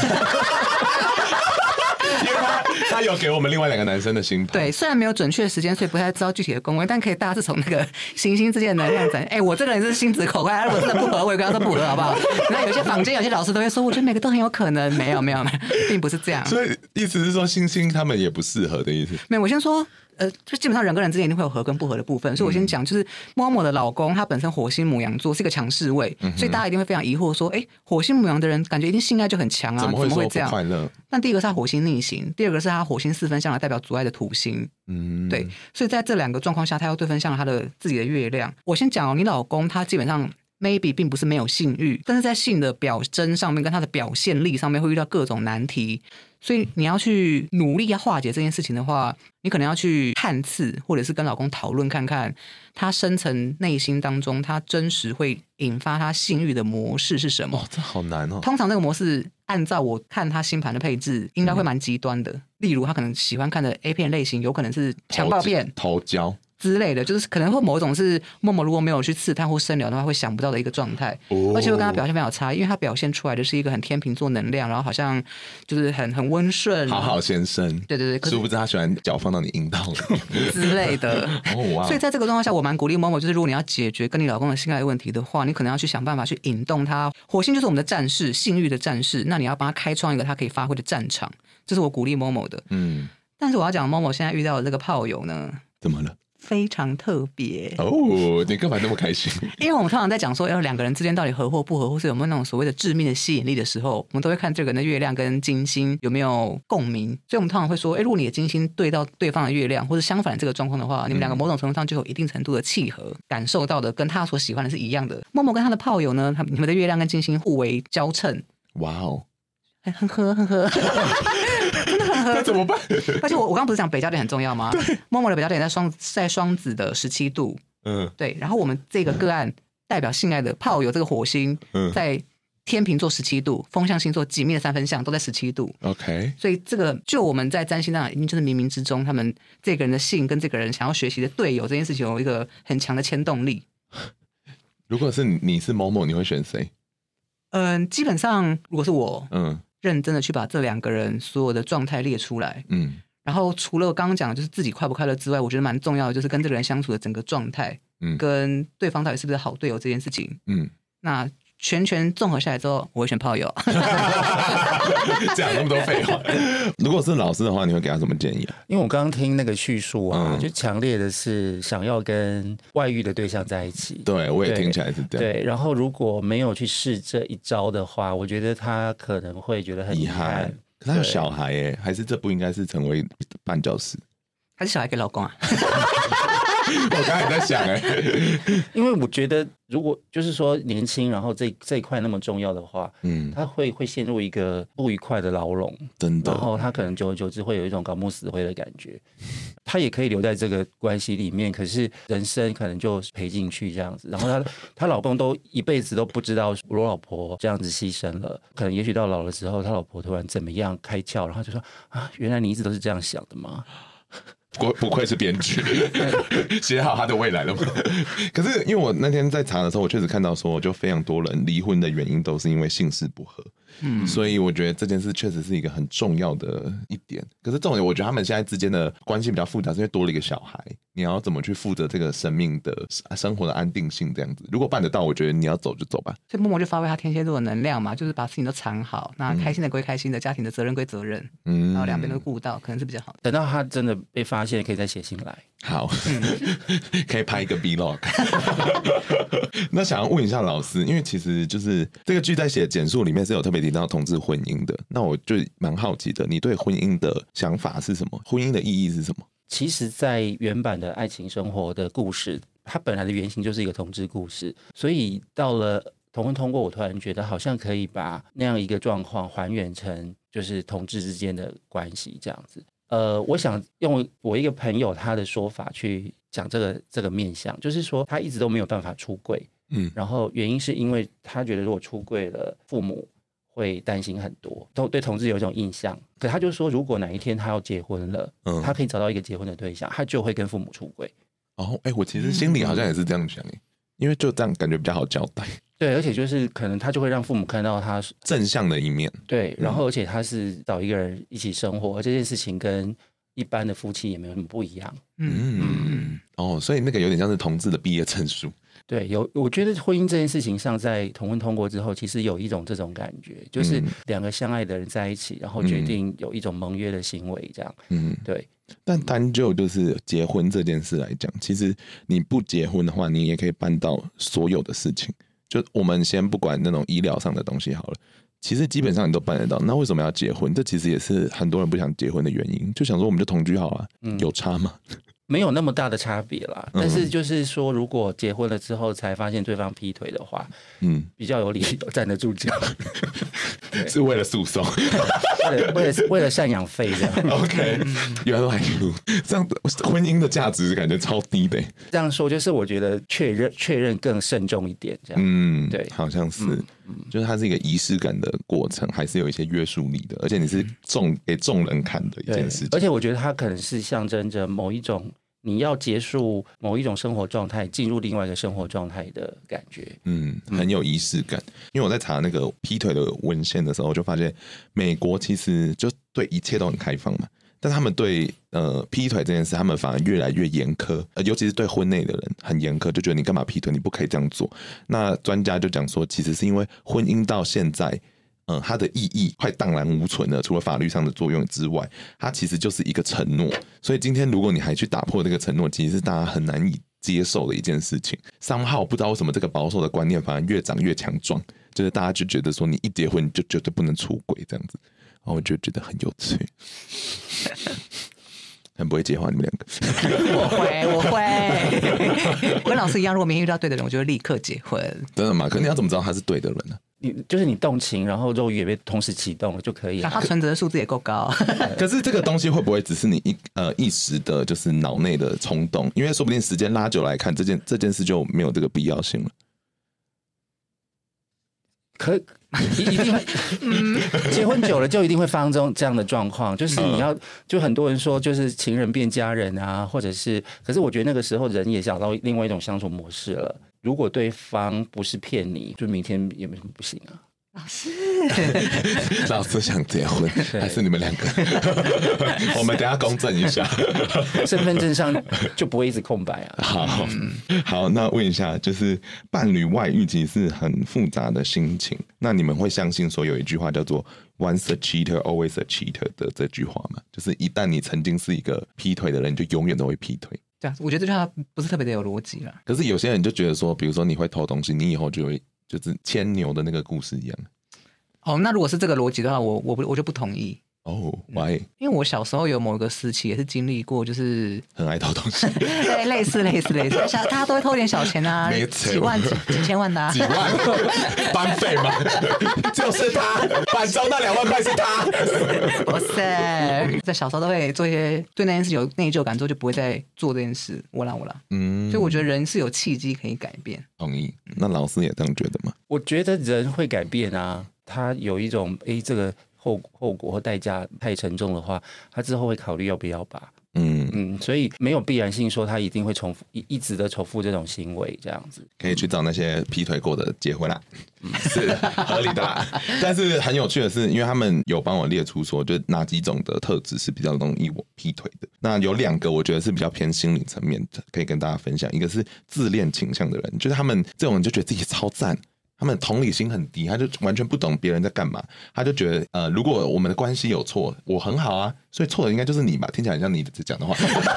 他有给我们另外两个男生的星盘， 对，虽然没有准确的时间，所以不太知道具体的宫位，但可以大致从那个行星之间的能量展。哎、欸，我这个人是心直口快，如果真的不合，我也跟他说不合，好不好？那有些坊间有些老师都会说，我觉得每个都很有可能，没有没有，并不是这样。 所以意思是说，星星他们也不适合的意思。 没有，我先说。呃，就基本上人跟人之间一定会有合跟不合的部分，所以我先讲，就是默默的老公他本身火星牡羊座是一个强势位，嗯、所以大家一定会非常疑惑说，哎，火星牡羊的人感觉一定性爱就很强啊， 怎么会说这样？ 不快乐？ 但第一个是他火星逆行，第二个是他火星四分相的代表阻碍的土星，嗯，对，所以在这两个状况下，他要对分相他的自己的月亮。我先讲哦，你老公他基本上。maybe 并不是没有性欲，但是在性的表征上面跟他的表现力上面会遇到各种难题，所以你要去努力要化解这件事情的话，你可能要去探刺，或者是跟老公讨论看看他深层内心当中他真实会引发他性欲的模式是什么。 哦，这好难哦。 通常这个模式按照我看他星盘的配置应该会蛮极端的、嗯、例如他可能喜欢看的 A 片类型有可能是强暴片、 头胶之类的，就是可能会某种是默默如果没有去刺探或深聊的话会想不到的一个状态、哦、而且会跟他表现非常有差异，因为他表现出来的是一个很天秤座能量，然后好像就是很很温顺好好先生， 对对对， 殊不知他喜欢脚放到你阴道之类的、哦、哇。所以在这个状况下我蛮鼓励某某，就是如果你要解决跟你老公的性爱问题的话，你可能要去想办法去引动他。火星就是我们的战士，性欲的战士，那你要帮他开创一个他可以发挥的战场，这是我鼓励某某的。嗯，但是我要讲某某现在遇到的这个炮友呢， 怎么了？ 非常特别哦，你干嘛那么开心？ 因为我们通常在讲说，要两个人之间到底合或不合，或是有没有那种所谓的致命的吸引力的时候，我们都会看这个人的月亮跟金星有没有共鸣。所以我们通常会说，哎，如果你的金星对到对方的月亮，或者相反这个状况的话，你们两个某种程度上就有一定程度的契合，感受到的跟他所喜欢的是一样的。默默跟他的炮友呢，他你们的月亮跟金星互为交衬。 哇哦， 很合很合。真的很合， 那怎么办？ 而且我我刚刚不是讲北交点很重要吗？对，默默的北交点在双在双子的十七度，嗯，对。然后我们这个个案代表性爱的炮友这个火星，嗯，在天秤座十七度，风象星座紧密的三分相都在十七度。 OK， 所以这个就我们在占星上已经就是冥冥之中，他们这个人的性跟这个人想要学习的队友这件事情有一个很强的牵动力。 如果是你是某某，你会选谁？ 嗯，基本上如果是我，嗯。认真的去把这两个人所有的状态列出来，嗯，然后除了我刚刚讲的就是自己快不快乐之外，我觉得蛮重要的就是跟这个人相处的整个状态，嗯，跟对方到底是不是好队友这件事情，嗯，那全权综合下来之后，我会选炮友。 讲那么多废话。如果是老师的话，你会给他什么建议啊？ 因为我刚刚听那个叙述啊，嗯、就强烈的是想要跟外遇的对象在一起。 对，我也听起来是这样。 对，然后如果没有去试这一招的话，我觉得他可能会觉得很遗憾。 可是他有小孩耶，还是这不应该是成为绊脚石？ 还是小孩给老公啊？ 我刚才也在想哎、欸， 因为我觉得如果就是说年轻，然后这这一块那么重要的话，嗯，他会会陷入一个不愉快的牢笼， 真的。 然后他可能久而久之会有一种搞木死灰的感觉。他也可以留在这个关系里面，可是人生可能就赔进去这样子。然后他他老公都一辈子都不知道我老婆这样子牺牲了，可能也许到老的时候，他老婆突然怎么样开窍，然后就说啊，原来你一直都是这样想的吗？ 不不愧是编剧，写好他的未来了吗？可是因为我那天在查的时候，我确实看到说，就非常多人离婚的原因都是因为性事不合。嗯，所以我觉得这件事确实是一个很重要的一点。可是重点，我觉得他们现在之间的关系比较复杂，是因为多了一个小孩，你要怎么去负责这个生命的生活的安定性这样子。如果办得到，我觉得你要走就走吧。 所以默默就发挥他天蝎座的能量嘛，就是把事情都藏好，那开心的归开心的，家庭的责任归责任，嗯，然后两边都顾到，可能是比较好的。 等到他真的被发现，可以再写信来。 好，可以拍一个 vlog。那想要问一下老师，因为其实就是这个剧在写简述里面是有特别提到同志婚姻的，那我就蛮好奇的，你对婚姻的想法是什么？婚姻的意义是什么？ 其实在原版的爱情生活的故事，它本来的原型就是一个同志故事，所以到了同婚通过，我突然觉得好像可以把那样一个状况还原成就是同志之间的关系这样子。呃，我想用我一个朋友他的说法去讲这个这个面向，就是说他一直都没有办法出柜， 嗯，然后原因是因为他觉得如果出柜了，父母会担心很多，都对同志有一种印象。可他就说，如果哪一天他要结婚了，嗯，他可以找到一个结婚的对象，他就会跟父母出柜。 哦，哎、欸，我其实心里好像也是这样想，因为就这样感觉比较好交代。 对，而且就是可能他就会让父母看到他正向的一面。 对，然后而且他是找一个人一起生活，而这件事情跟一般的夫妻也没有什么不一样。 嗯嗯，哦，所以那个有点像是同志的毕业证书。 对，有，我觉得婚姻这件事情上，在同婚通过之后，其实有一种这种感觉，就是两个相爱的人在一起，然后决定有一种盟约的行为，这样。嗯，对。 但单就就是结婚这件事来讲，其实你不结婚的话，你也可以办到所有的事情。就我们先不管那种医疗上的东西好了，其实基本上你都办得到。那为什么要结婚？这其实也是很多人不想结婚的原因，就想说我们就同居好了，嗯、有差吗？ 没有那么大的差别啦，但是就是说，如果结婚了之后才发现对方劈腿的话，嗯，比较有理由站得住脚， 是为了诉讼， 为了为了为了赡养费这样。 OK， 原来如这样，婚姻的价值感觉超低的。 这样说就是我觉得确认确认更慎重一点，这样。嗯，对， 好像是，嗯、就是它是一个仪式感的过程，还是有一些约束力的，而且你是众给众人看的一件事情。 而且我觉得它可能是象征着某一种。你要结束某一种生活状态，进入另外一个生活状态的感觉， 嗯，很有仪式感。因为我在查那个劈腿的文献的时候，我就发现美国其实就对一切都很开放嘛，但他们对呃劈腿这件事，他们反而越来越严苛，呃，尤其是对婚内的人很严苛，就觉得你干嘛劈腿，你不可以这样做。那专家就讲说，其实是因为婚姻到现在。嗯，它的意义快荡然无存了。除了法律上的作用之外，它其实就是一个承诺。所以今天如果你还去打破这个承诺，其实是大家很难以接受的一件事情。somehow不知道为什么这个保守的观念反而越长越强壮，就是大家就觉得说你一结婚就绝对不能出轨这样子，然后我就觉得很有趣。很不会接话，你们两个。 我会，我会。跟老师一样，如果明天遇到对的人，我就会立刻结婚。 真的吗？可你要怎么知道他是对的人呢？ 你就是你动情，然后肉欲也被同时启动了就可以了。 他存折的数字也够高。 可是这个东西会不会只是你一呃一时的，就是脑内的冲动？因为说不定时间拉久来看，这件这件事就没有这个必要性了。 可一定会，嗯，结婚久了就一定会发生这样的状况，就是你要，就很多人说就是情人变家人啊，或者是，可是我觉得那个时候人也找到另外一种相处模式了。如果对方不是骗你，就明天也没什么不行啊。 老师， 老师想结婚，还是你们两个？我们等一下公证一下， 身份证上就不会一直空白啊。 好，好，那问一下，就是伴侣外遇其实是很复杂的心情，那你们会相信说有一句话叫做 "Once a cheater, always a cheater" 的这句话吗？就是一旦你曾经是一个劈腿的人，就永远都会劈腿。 对啊，我觉得这句话不是特别的有逻辑啦。 可是有些人就觉得说，比如说你会偷东西，你以后就会。就是牵牛的那个故事一样。 哦，那如果是这个逻辑的话，我我我就不同意。 哦 ，why？ 因为我小时候有某个时期也是经历过，就是很爱偷东西， 对，类似类似类似，大家都会偷点小钱啊，几万几几千万的、啊， 几万班费吗？就是他，板中那两万块是他， 不是，在小时候都会做一些对那件事有内疚感之后，就不会再做这件事，我啦我啦，嗯，所以我觉得人是有契机可以改变。 同意，那老师也这样觉得吗？ 我觉得人会改变啊，他有一种哎这个。后后果或代价太沉重的话，他之后会考虑要不要把，嗯嗯，所以没有必然性说他一定会重复一一直的重复这种行为，这样子可以去找那些劈腿过的结婚啦，是合理的啦。但是很有趣的是，因为他们有帮我列出说，就哪几种的特质是比较容易我劈腿的。那有两个我觉得是比较偏心理层面的，可以跟大家分享。一个是自恋倾向的人，就是他们这种人就觉得自己超赞。他们同理心很低，他就完全不懂别人在干嘛，他就觉得呃，如果我们的关系有错，我很好啊，所以错的应该就是你吧，听起来很像你讲的话，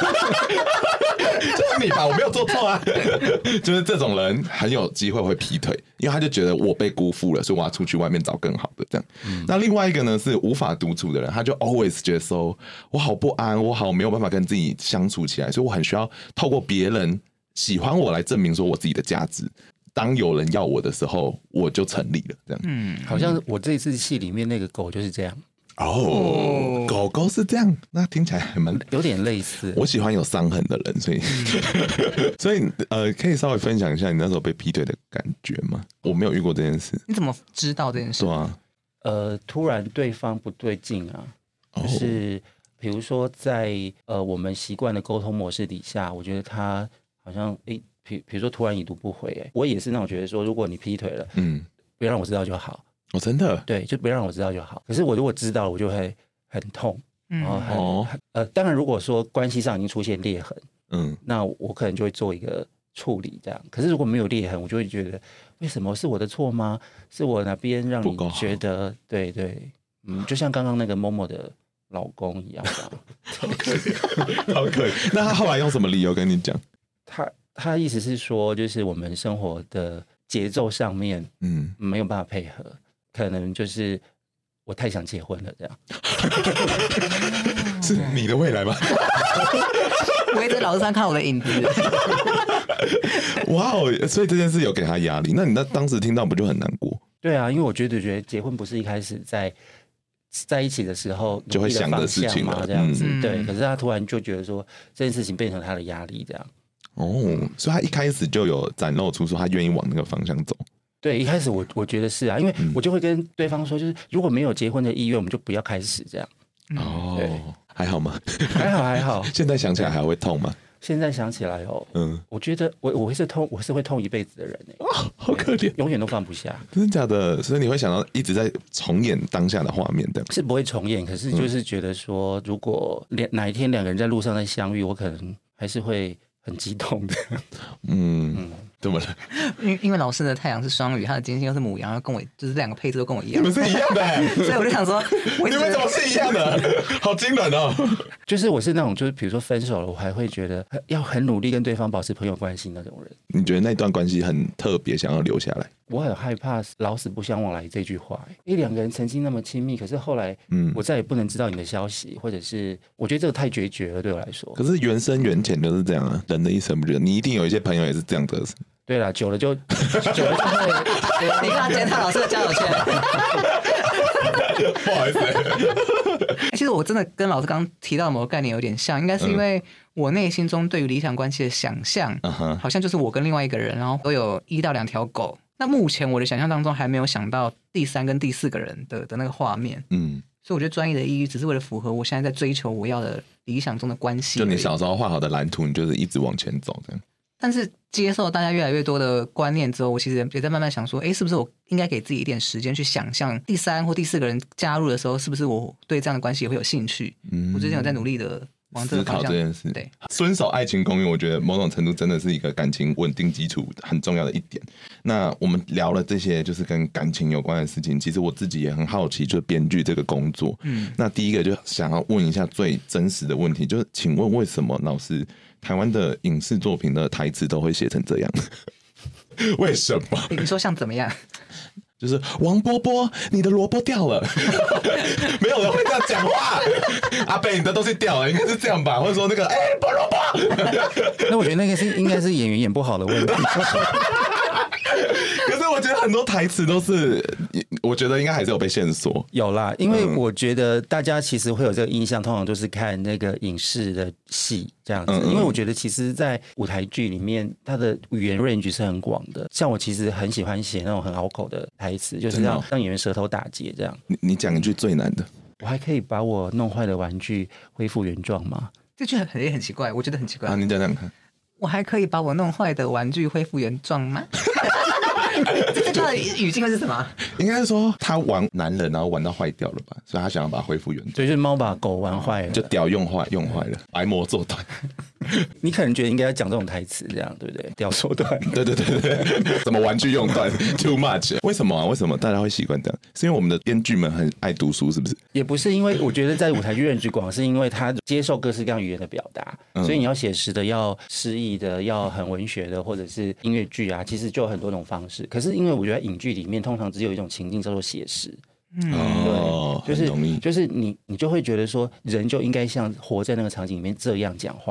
就是你吧，我没有做错啊，就是这种人很有机会会劈腿，因为他就觉得我被辜负了，所以我要出去外面找更好的这样。嗯、那另外一个呢是无法独处的人，他就 always 觉得说，我好不安，我好没有办法跟自己相处起来，所以我很需要透过别人喜欢我来证明说我自己的价值。当有人要我的时候，我就成立了，这样。 嗯，好像我这一次戏里面那个狗就是这样。 哦，狗狗是这样，那听起来还蛮有点类似。 我喜欢有伤痕的人，所以所以呃，可以稍微分享一下你那时候被劈腿的感觉吗？我没有遇过这件事。 你怎么知道这件事？ 对啊， 呃，突然对方不对劲啊，就是比如说在呃我们习惯的沟通模式底下，我觉得他好像诶，比比如说突然已读不回，哎，我也是那种觉得说，如果你劈腿了，嗯，别让我知道就好。 哦，真的， 对，就别让我知道就好。可是我如果知道了，我就会很痛，然后很、 哦、 呃，当然如果说关系上已经出现裂痕，嗯，那我可能就会做一个处理这样。可是如果没有裂痕，我就会觉得为什么是我的错吗？是我哪边让你觉得对对，嗯，就像刚刚那个某某的老公一样吧。 好可怜，好可怜。那他后来用什么理由跟你讲？ 他他意思是说，就是我们生活的节奏上面，嗯，没有办法配合。可能就是我太想结婚了，这样是你的未来吗？ 我一直老是在看我的影子。 哇哦！所以这件事有给他压力，那你那当时听到不就很难过？ 对啊，因为我觉得觉得结婚不是一开始在在一起的时候就会想的事情嘛， 这样子、嗯、对。可是他突然就觉得说这件事情变成他的压力，这样。 哦，所以他一开始就有展露出说他愿意往那个方向走。 对，一开始我我觉得是啊，因为我就会跟对方说，就是如果没有结婚的意愿，我们就不要开始这样。 哦，还好吗？ 还好还好。 现在想起来还会痛吗？ 现在想起来哦，嗯，我觉得我我会是痛，我是会痛一辈子的人哎、 哦，好可怜， 永远都放不下。 真的假的？所以你会想到一直在重演当下的画面的？ 是不会重演，可是就是觉得说，如果两哪一天两个人在路上再相遇，我可能还是会很激动的。 嗯。嗯，怎么了？ 因因为老师的太阳是双鱼，他的金星又是牡羊，跟我就是两个配置都跟我一样。 你们是一样的、欸， 所以我就想说， 你们怎么是一样的？好惊人哦！ 就是我是那种，就是比如说分手了，我还会觉得要很努力跟对方保持朋友关系那种人。 你觉得那段关系很特别，想要留下来？ 我很害怕老死不相往来这句话，因为两个人曾经那么亲密，可是后来，嗯，我再也不能知道你的消息，或者是我觉得这个太决绝了，对我来说。 可是缘深缘浅就是这样啊，人的一生不觉得你一定有一些朋友也是这样的。 对啦，久了就久了就会， 你跟他检讨老师的交友圈。 不好意思、 欸，其实我真的跟老师刚刚提到的某个概念有点像，应该是因为我内心中对于理想关系的想象，嗯、好像就是我跟另外一个人，然后都有一到两条狗。那目前我的想象当中还没有想到第三跟第四个人的的那个画面，嗯，所以我觉得专业的意义只是为了符合我现在在追求我要的理想中的关系。 就你小时候画好的蓝图，你就是一直往前走这样。 但是接受大家越来越多的观念之后，我其实也在慢慢想说，哎，是不是我应该给自己一点时间去想象第三或第四个人加入的时候，是不是我对这样的关系也会有兴趣？嗯，我最近有在努力的往这个方向思考这件事。 对， 遵守爱情公约，我觉得某种程度真的是一个感情稳定基础很重要的一点。那我们聊了这些就是跟感情有关的事情，其实我自己也很好奇，就是编剧这个工作。嗯，那第一个就想要问一下最真实的问题，就是请问为什么老师台湾的影视作品的台词都会写成这样？为什么？ 你说像怎么样？ 就是王波波，你的萝卜掉了，没有人会这样讲话。阿贝，你的东西掉了，应该是这样吧？或者说那个，哎、欸，菠萝卜。 那我觉得那个是应该是演员演不好的问题。 可是我觉得很多台词都是，我觉得应该还是有被线索。 有啦，因为我觉得大家其实会有这个印象，通常都是看那个影视的戏这样子。嗯嗯，因为我觉得其实，在舞台剧里面，它的语言 range 是很广的。像我其实很喜欢写那种很拗口的台词，就是让让演员舌头打结这样。 你你讲一句最难的。 我还可以把我弄坏的玩具恢复原状吗？ 这句很很奇怪，我觉得很奇怪。 啊，你讲讲看。 我还可以把我弄坏的玩具恢复原状吗？这句话的语境会是什么？ 应该是说他玩男人，然后玩到坏掉了吧，所以他想要把它恢复原状。 所以就是猫把狗玩坏了， 就屌用坏用坏了，白魔做断。 你可能觉得应该要讲这种台词，这样对不对？屌说断， 对对对对，什么玩具用断 ，too much。为什么啊？为什么大家会习惯这样？是因为我们的编剧们很爱读书，是不是？ 也不是，因为我觉得在舞台剧认知广，是因为他接受各式各样语言的表达，嗯、所以你要写实的，要诗意的，要很文学的，或者是音乐剧啊，其实就有很多种方式。可是因为我觉得影剧里面通常只有一种情境叫做写实。 嗯，哦， 就是就是你你就会觉得说，人就应该像活在那个场景里面这样讲话。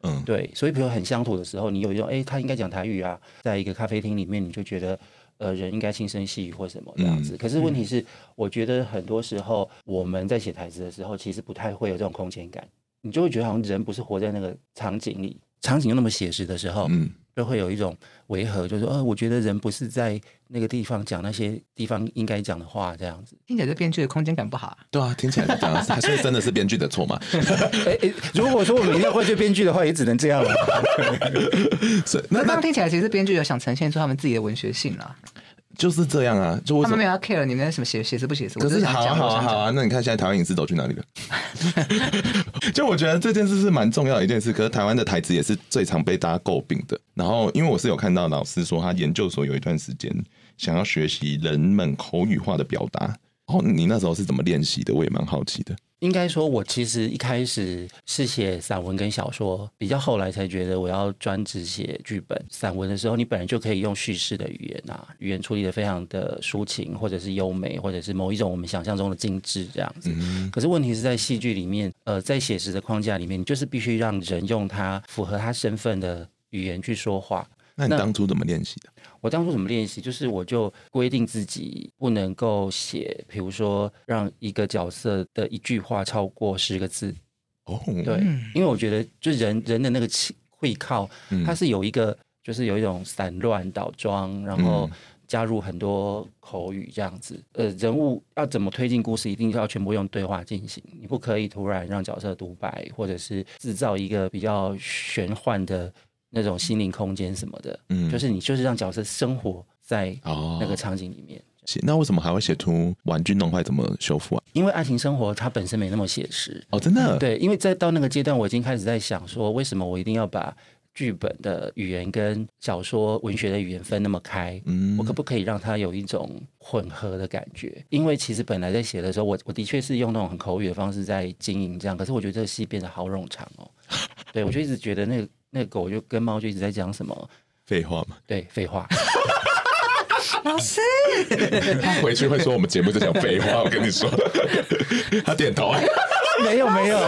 嗯，对，所以比如很乡土的时候，你有一种哎，他应该讲台语啊，在一个咖啡厅里面，你就觉得呃人应该轻声细语或什么这样子。嗯、可是问题是，我觉得很多时候我们在写台词的时候，其实不太会有这种空间感，你就会觉得好像人不是活在那个场景里，场景又那么写实的时候，嗯。就会有一种违和，就是说，呃，我觉得人不是在那个地方讲那些地方应该讲的话，这样子听起来这编剧的空间感不好、啊。 对啊，听起来是这样，还是真的是编剧的错嘛？ 欸欸、如果说我们一定要怪罪编剧的话，也只能这样了。 那刚刚听起来，其实编剧有想呈现出他们自己的文学性啦。 就是这样啊，就他们没有要 care 你们什么写写词不写词。 可是好啊好啊好啊，那你看现在台湾影视都去哪里了？就我觉得这件事是蛮重要的一件事，可是台湾的台词也是最常被大家诟病的。然后因为我是有看到老师说，他研究所有一段时间想要学习人们口语化的表达。哦，你那时候是怎么练习的？我也蛮好奇的。 应该说，我其实一开始是写散文跟小说，比较后来才觉得我要专职写剧本。散文的时候，你本来就可以用叙事的语言啊，语言处理的非常的抒情，或者是优美，或者是某一种我们想象中的精致这样子。嗯、可是问题是在戏剧里面，呃，在写实的框架里面，你就是必须让人用他符合他身份的语言去说话。 那你当初怎么练习的？ 我当初怎么练习，就是我就规定自己不能够写，比如说让一个角色的一句话超过十个字。哦，对，因为我觉得就人人的那个会靠，它是有一个就是有一种散乱倒装，然后加入很多口语这样子。呃，人物要怎么推进故事，一定要全部用对话进行，你不可以突然让角色独白，或者是制造一个比较玄幻的那种心灵空间什么的，嗯，就是你就是让角色生活在那个场景里面。 哦、那为什么还会写出玩具弄坏怎么修复啊？ 因为爱情生活它本身没那么写实哦，真的。 对，因为在到那个阶段，我已经开始在想说，为什么我一定要把剧本的语言跟小说文学的语言分那么开？嗯，我可不可以让它有一种混合的感觉？因为其实本来在写的时候，我我的确是用那种很口语的方式在经营这样，可是我觉得这个戏变得好冗长哦。对，我就一直觉得那个。那个狗就跟猫就一直在讲什么废话嘛？ 对，废话。 老师， 他回去会说我们节目就讲废话。我跟你说，他点头。 没有没有。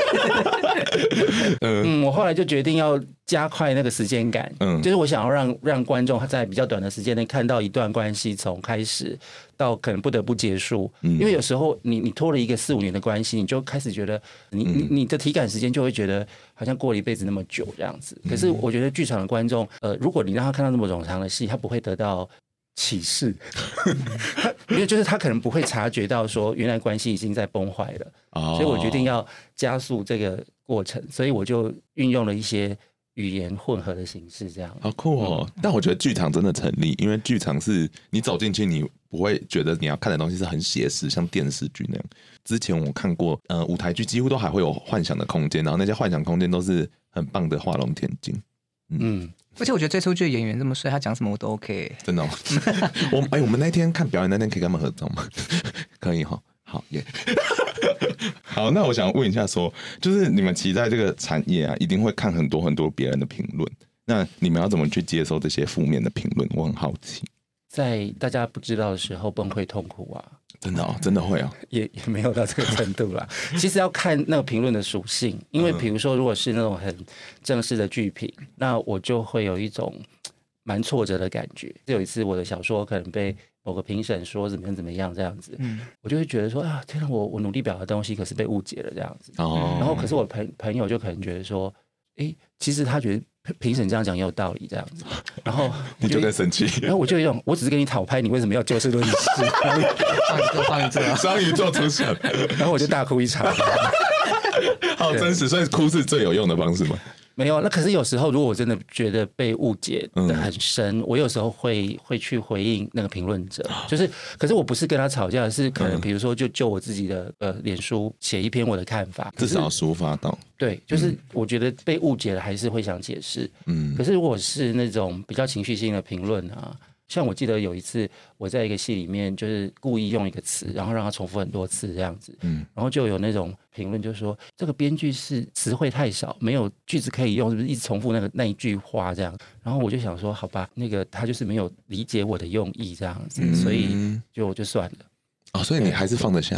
嗯，我后来就决定要加快那个时间感，嗯，就是我想要让让观众在比较短的时间内看到一段关系从开始到可能不得不结束，嗯、因为有时候你你拖了一个四五年的关系，你就开始觉得你你你的体感时间就会觉得好像过了一辈子那么久这样子。可是我觉得剧场的观众，呃，如果你让他看到那么冗长的戏，他不会得到启示，因为就是他可能不会察觉到说原来关系已经在崩坏了，哦、所以我决定要加速这个过程，所以我就运用了一些语言混合的形式，这样好酷哦！嗯、但我觉得剧场真的成立，因为剧场是你走进去，你不会觉得你要看的东西是很写实，像电视剧那样。之前我看过，呃，舞台剧几乎都还会有幻想的空间，然后那些幻想空间都是很棒的画龙点睛。嗯。 嗯，而且我觉得这出剧的演员这么帅，他讲什么我都 OK。 真的、哦，我哎、欸，我们那天看表演那天可以跟他们合照吗？可以哈、哦，好耶。好，那我想问一下说，就是你们其实在这个产业啊，一定会看很多很多别人的评论，那你们要怎么去接受这些负面的评论？我很好奇。 在大家不知道的时候崩溃痛苦啊。 真的哦，真的会啊， 也也没有到这个程度啦。其实要看那个评论的属性，因为比如说，如果是那种很正式的剧评，那我就会有一种蛮挫折的感觉。有一次我的小说可能被某个评审说怎么样怎么样这样子，嗯、我就会觉得说啊，天哪，我我努力表达的东西可是被误解了这样子。哦、然后可是我朋朋友就可能觉得说，哎，其实他觉得。评审这样讲也有道理，这样子，然后你就更生气， 然后我就有一种，我只是跟你讨拍，你为什么要就事论事？ 双鱼座， 双鱼座出现， 然后我就大哭一场， 好真实，所以哭是最有用的方式吗？ 没有，那可是有时候，如果我真的觉得被误解的很深，嗯、我有时候会会去回应那个评论者，就是，可是我不是跟他吵架，是可能比如说就就我自己的呃脸书写一篇我的看法， 至少抒发到。 对，就是我觉得被误解了，还是会想解释。嗯，可是如果是那种比较情绪性的评论啊。像我记得有一次我在一个戏里面就是故意用一个词，然后让它重复很多次这样子，嗯，然后就有那种评论就说这个编剧是词汇太少，没有句子可以用，是不是一直重复那个那一句话这样？然后我就想说，好吧，那个他就是没有理解我的用意这样子，嗯、所以就就算了。 哦，所以你还是放得下来？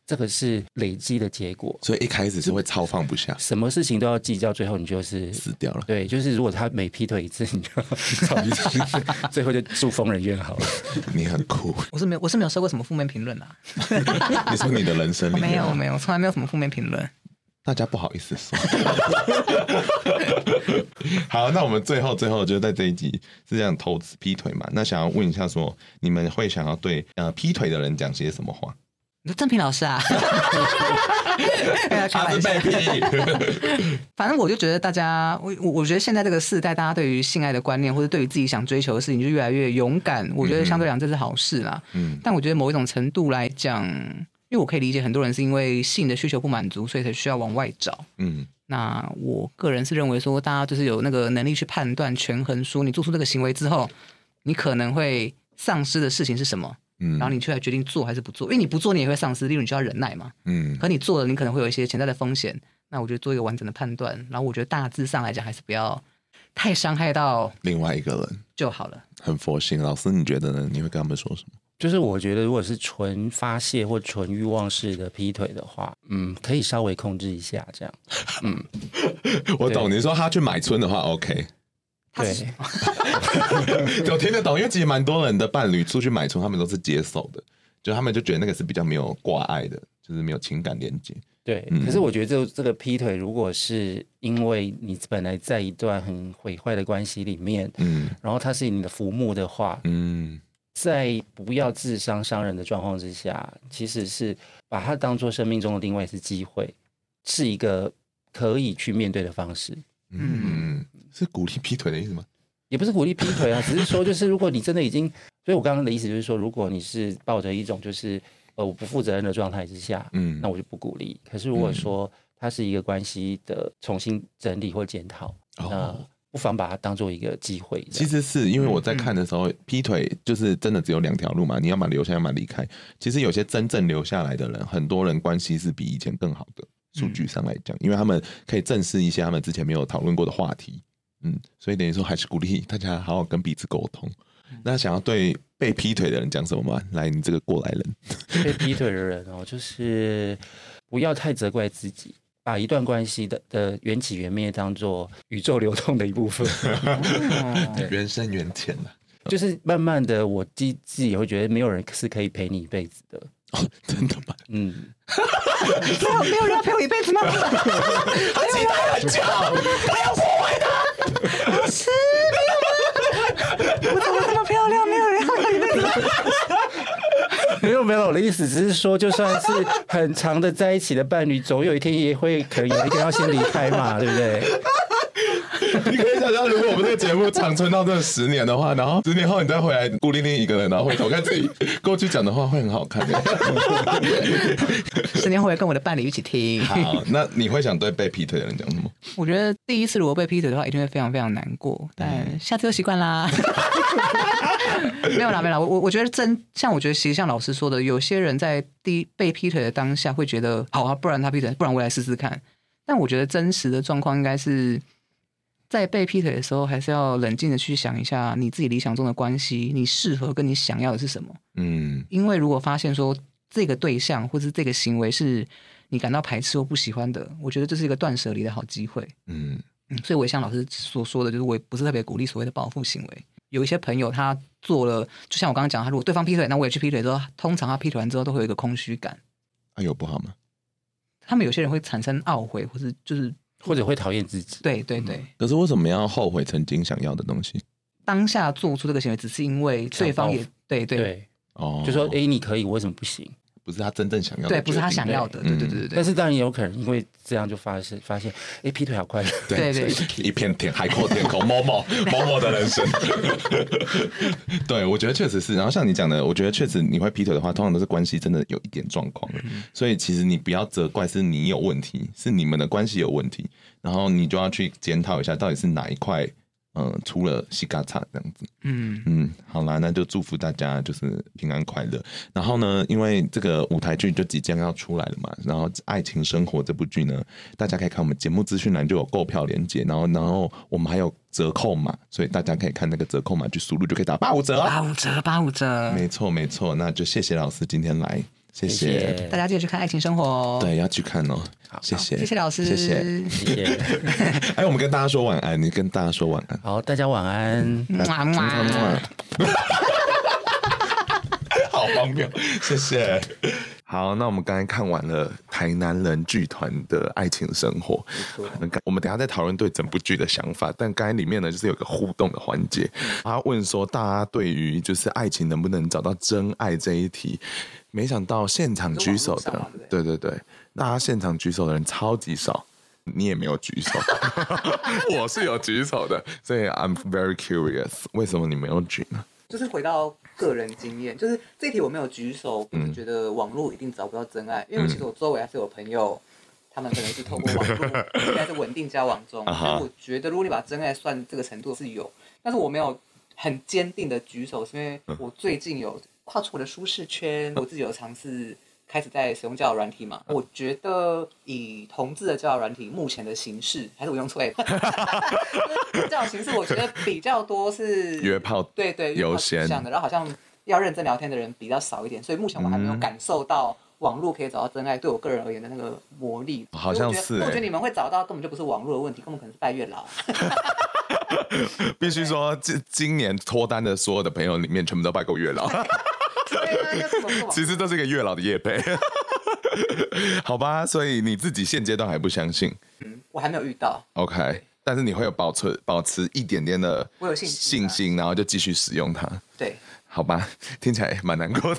这个是累积的结果， 所以一开始是会超放不下， 什么事情都要计较，最后你就是死掉了。 对，就是如果他每劈腿一次，你就吵一次，最后就住疯人院好了。 你很酷， 我是没有，我是没有收过什么负面评论啊。 你说你的人生里面没有没有，从来没有什么负面评论。 大家不好意思说。好，那我们最后最后就在这一集是这样投资劈腿嘛？那想要问一下说，你们会想要对呃劈腿的人讲些什么话？ 你说郑平老师啊， 他是被劈。 反正我就觉得大家，我我觉得现在这个世代，大家对于性爱的观念，或者对于自己想追求的事情，就越来越勇敢。我觉得相对来讲这是好事啦。嗯，但我觉得某一种程度来讲，因为我可以理解很多人是因为性的需求不满足，所以才需要往外找。嗯，那我个人是认为说，大家就是有那个能力去判断、权衡，说你做出这个行为之后，你可能会丧失的事情是什么。嗯，然后你去来决定做还是不做，因为你不做你也会丧失，例如你就要忍耐嘛。嗯，可你做了，你可能会有一些潜在的风险。那我觉得做一个完整的判断，然后我觉得大致上来讲，还是不要太伤害到另外一个人就好了。 很佛心，老师你觉得呢？你会跟他们说什么？ 就是我觉得，如果是纯发泄或纯欲望式的劈腿的话，嗯，可以稍微控制一下，这样。嗯， 我懂。你说他去买春的话 ，OK。 对， 我听得懂，因为其实蛮多人的伴侣出去买春，他们都是接受的，就他们就觉得那个是比较没有挂爱的，就是没有情感连接。 对，嗯、可是我觉得这这个劈腿，如果是因为你本来在一段很毁坏的关系里面，嗯，然后他是你的浮木的话，嗯，在不要自伤伤人的状况之下，其实是把它当作生命中的另外一次机会，是一个可以去面对的方式。 嗯，是鼓励劈腿的意思吗？ 也不是鼓励劈腿啊，只是说就是如果你真的已经，所以我刚刚的意思就是说，如果你是抱着一种就是呃我不负责任的状态之下，嗯，那我就不鼓励。可是如果说它是一个关系的重新整理或检讨，那、哦、不妨把它当做一个机会。 其实是因为我在看的时候，嗯、劈腿就是真的只有两条路嘛，你要么留下，要么离开。其实有些真正留下来的人，很多人关系是比以前更好的。数据上来讲，因为他们可以正视一些他们之前没有讨论过的话题，嗯，所以等于说还是鼓励大家好好跟彼此沟通。那想要对被劈腿的人讲什么吗？来，你这个过来人， 被劈腿的人哦，就是不要太责怪自己，把一段关系的的缘起缘灭当做宇宙流动的一部分， 缘深缘浅了。 就是慢慢的，我自自己也会觉得没有人是可以陪你一辈子的。 哦，真的吗？ 嗯， 没有人要陪我一辈子吗？ 他期待很久，他要破坏他。 老师，没有吗？我长得这么漂亮，没有人要陪我一辈子。 没有没有，我的意思只是说，就算是很长的在一起的伴侣，总有一天也会可能有一个要先离开嘛，对不对？ 你可以想象，如果我们这个节目长存到这十年的话，然后十年后你再回来孤零零一个人，然后回头看自己过去讲的话，会很好看的。 十年后会跟我的伴侣一起听。 好，那你会想对被劈腿的人讲什么？ 我觉得第一次如果被劈腿的话，一定会非常非常难过，但下次就习惯啦。没有啦，没有啦。我我觉得真像我觉得，其实像老师说的，有些人在第一被劈腿的当下会觉得，好啊，不然他劈腿，不然我来试试看。但我觉得真实的状况应该是。在被劈腿的时候，还是要冷静的去想一下你自己理想中的关系，你适合跟你想要的是什么。嗯，因为如果发现说这个对象或是这个行为是你感到排斥或不喜欢的，我觉得这是一个断舍离的好机会。嗯嗯，所以我也像老师所说的，就是我也不是特别鼓励所谓的报复行为。有一些朋友他做了，就像我刚刚讲，他如果对方劈腿，那我也去劈腿之后，通常他劈腿完之后都会有一个空虚感。 啊，有不好吗？ 他们有些人会产生懊悔，或是就是。 或者会讨厌自己， 对对对、嗯。 可是为什么要后悔曾经想要的东西？ 当下做出这个行为，只是因为对方也对对对， 哦，就说哎、欸，你可以，我为什么不行？ 不是他真正想要的， 对，不是他想要的，对对对对对。 但是当然也有可能因为这样就发现发现，哎，劈腿好快乐， 对对， 一片天海阔天空，某某某某的人生。对，我觉得确实是。然后像你讲的，我觉得确实你会劈腿的话，通常都是关系真的有一点状况了。嗯、所以其实你不要责怪是你有问题，是你们的关系有问题，然后你就要去检讨一下，到底是哪一块。嗯，出了西嘎嚓这样子，嗯嗯，好啦，那就祝福大家就是平安快乐。然后呢，因为这个舞台剧就即将要出来了嘛，然后《爱情生活》这部剧呢，大家可以看我们节目资讯栏就有购票连结，然后然后我们还有折扣码，所以大家可以看那个折扣码去输入就可以打八五折， 八五折，八五折， 没错没错。那就谢谢老师今天来谢谢大家记得去看《爱情生活》哦。 对，要去看哦。谢谢， 谢谢老师， 谢谢， 谢谢。 哎，我们跟大家说晚安，你跟大家说晚安。 好，大家晚安。 么么好荒谬，谢谢。好，那我们刚才看完了台南人剧团的爱情生活，我们等一下再讨论对整部剧的想法。但刚才里面呢，就是有个互动的环节，他问说大家对于就是爱情能不能找到真爱这一题，没想到现场举手的，对对对，大家现场举手的人超级少。你也没有举手，我是有举手的，所以 I'm very curious， 为什么你没有举呢？ 就是回到个人经验，就是这一题我没有举手，不是觉得网络一定找不到真爱，因为其实我周围还是有朋友，他们可能是透过网络现在是稳定交往中，所以我觉得如果你把真爱算这个程度是有，但是我没有很坚定的举手，是因为我最近有跨出我的舒适圈，我自己有尝试。开始在使用交友软体嘛，我觉得以同志的交友软体目前的形式，还是我用错了。交友形式我觉得比较多是约炮， 对对， 优先的，然后好像要认真聊天的人比较少一点，所以目前我还没有感受到网络可以找到真爱对我个人而言的那个魔力。 好像是、欸， 我觉得你们会找到根本就不是网络的问题，根本可能是拜月老。 必须说，今今年脱单的所有的朋友里面，全部都拜过月老。其实都是一个月老的业配。好吧，所以你自己现阶段还不相信？ 嗯，我还没有遇到。 OK， 但是你会有保持保持一点点的我有信心、 信心，然后就继续使用它。 对， 好吧，听起来蛮难过的。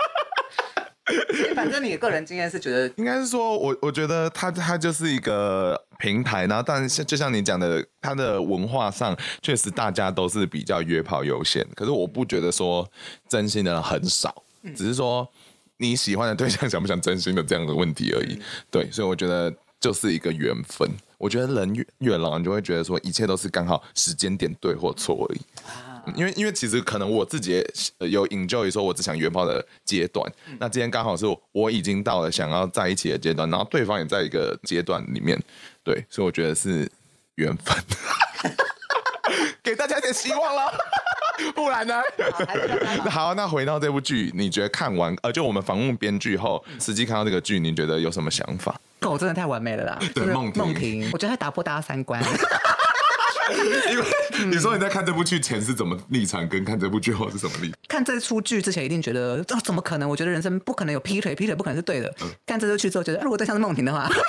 反正你的个人经验是觉得， 应该是说我我觉得它它就是一个平台，然后但是就像你讲的，它的文化上确实大家都是比较约炮优先，可是我不觉得说真心的人很少，嗯、只是说你喜欢的对象想不想真心的这样的问题而已。嗯、对，所以我觉得就是一个缘分。我觉得人越越老，你就会觉得说一切都是刚好时间点对或错而已。啊因为因为其实可能我自己也有 enjoy 说我只想约炮的阶段，嗯、那今天刚好是我已经到了想要在一起的阶段，然后对方也在一个阶段里面，对，所以我觉得是缘分，给大家一点希望了，不然呢？好，那回到这部剧，你觉得看完呃，就我们访问编剧后，实际看到这个剧，你觉得有什么想法？ 狗真的太完美了啦！ 对，梦婷， 梦婷，我觉得它打破大家三观。 因为你说你在看这部剧前是怎么立场，跟看这部剧后是什么立场？ 看这出剧之前一定觉得，哦，怎么可能？我觉得人生不可能有劈腿，劈腿不可能是对的。嗯、看这出剧之后，觉得、啊、如果对象是梦婷的话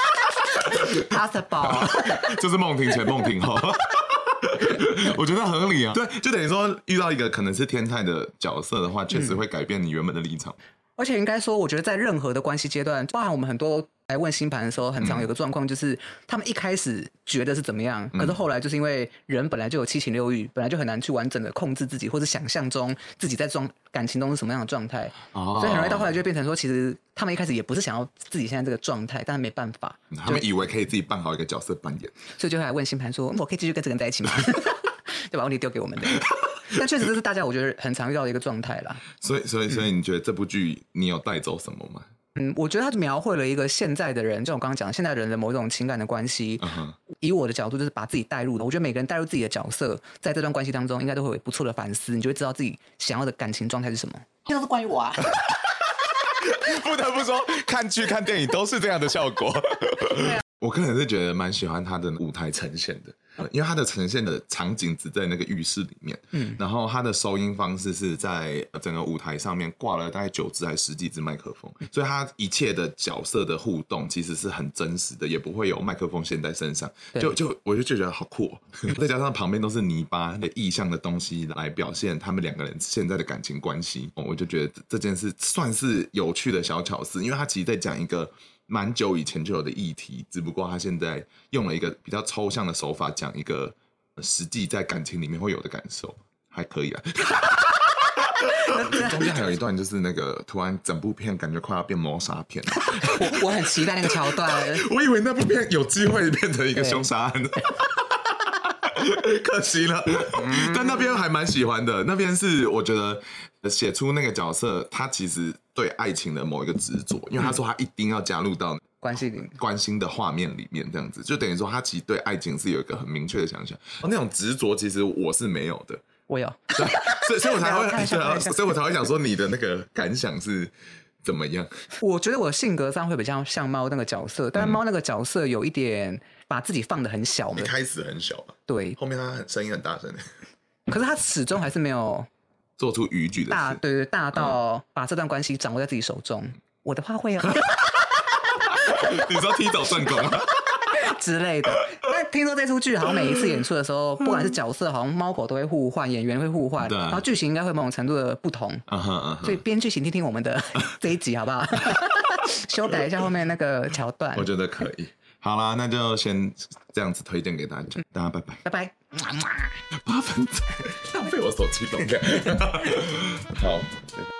，possible， 就是梦婷前梦婷后。我觉得合理啊，对，就等于说遇到一个可能是天菜的角色的话，确实会改变你原本的立场。 而且应该说，我觉得在任何的关系阶段，包含我们很多来问星盘的时候，很常有个状况，就是他们一开始觉得是怎么样，嗯、可是后来就是因为人本来就有七情六欲，本来就很难去完整的控制自己，或者想象中自己在状感情中是什么样的状态，哦、所以很容易到后来就变成说，其实他们一开始也不是想要自己现在这个状态，但是没办法， 他们以为可以自己扮好一个角色扮演， 所以就会来问星盘说，我可以继续跟这个人在一起吗？就把问题丢给我们的。但确实这是大家我觉得很常遇到的一个状态啦。 所以，所以，所以你觉得这部剧你有带走什么吗？ 嗯，我觉得它描绘了一个现在的人，就我刚刚讲的现在人的某一种情感的关系。Uh-huh. 以我的角度，就是把自己带入的。我觉得每个人带入自己的角色，在这段关系当中，应该都会有不错的反思，你就会知道自己想要的感情状态是什么。这都是关于我啊。 不得不说，看剧看电影都是这样的效果。我个人是觉得蛮喜欢他的舞台呈现的，因为他的呈现的场景只在那个浴室里面，嗯，然后他的收音方式是在整个舞台上面挂了大概九支还是十几支麦克风，所以他一切的角色的互动其实是很真实的，也不会有麦克风线在身上，就就我就觉得好酷哦。再加上旁边都是泥巴的意象的东西来表现他们两个人现在的感情关系，我就觉得这件事算是有趣的小巧思，因为他其实在讲一个蛮久以前就有的议题，只不过他现在用了一个比较抽象的手法讲一个实际在感情里面会有的感受，还可以啊。中间还有一段就是那个突然整部片感觉快要变谋杀片了。 我我很期待那个桥段。 我以为那部片有机会变成一个凶杀案。可惜了，嗯、但那边还蛮喜欢的。那边是我觉得写出那个角色，他其实对爱情的某一个执着，因为他说他一定要加入到关系里关心的画面里面，这样子就等于说他其实对爱情是有一个很明确的想象。哦，那种执着其实我是没有的， 我有， 所以所以我才会，所以我才会想说你的那个感想是怎么样？ 我觉得我性格上会比较像猫那个角色，但是猫那个角色有一点把自己放得很小的。 一开始很小， 对， 后面他声音很大声， 可是他始终还是没有做出逾矩的事， 大，对对，大到把这段关系掌握在自己手中。我的话会啊， 你说踢走正宫之类的。但听说这出剧好像每一次演出的时候，不管是角色，好像猫狗都会互换，演员会互换，然后剧情应该会某种程度的不同。Uh huh, uh huh. 所以编剧请听听我们的这一集好不好？修改一下后面那个桥段。 我觉得可以。好啦，那就先这样子推荐给大家，大家拜拜， 拜拜。 八分钟，浪费我手机容量。好。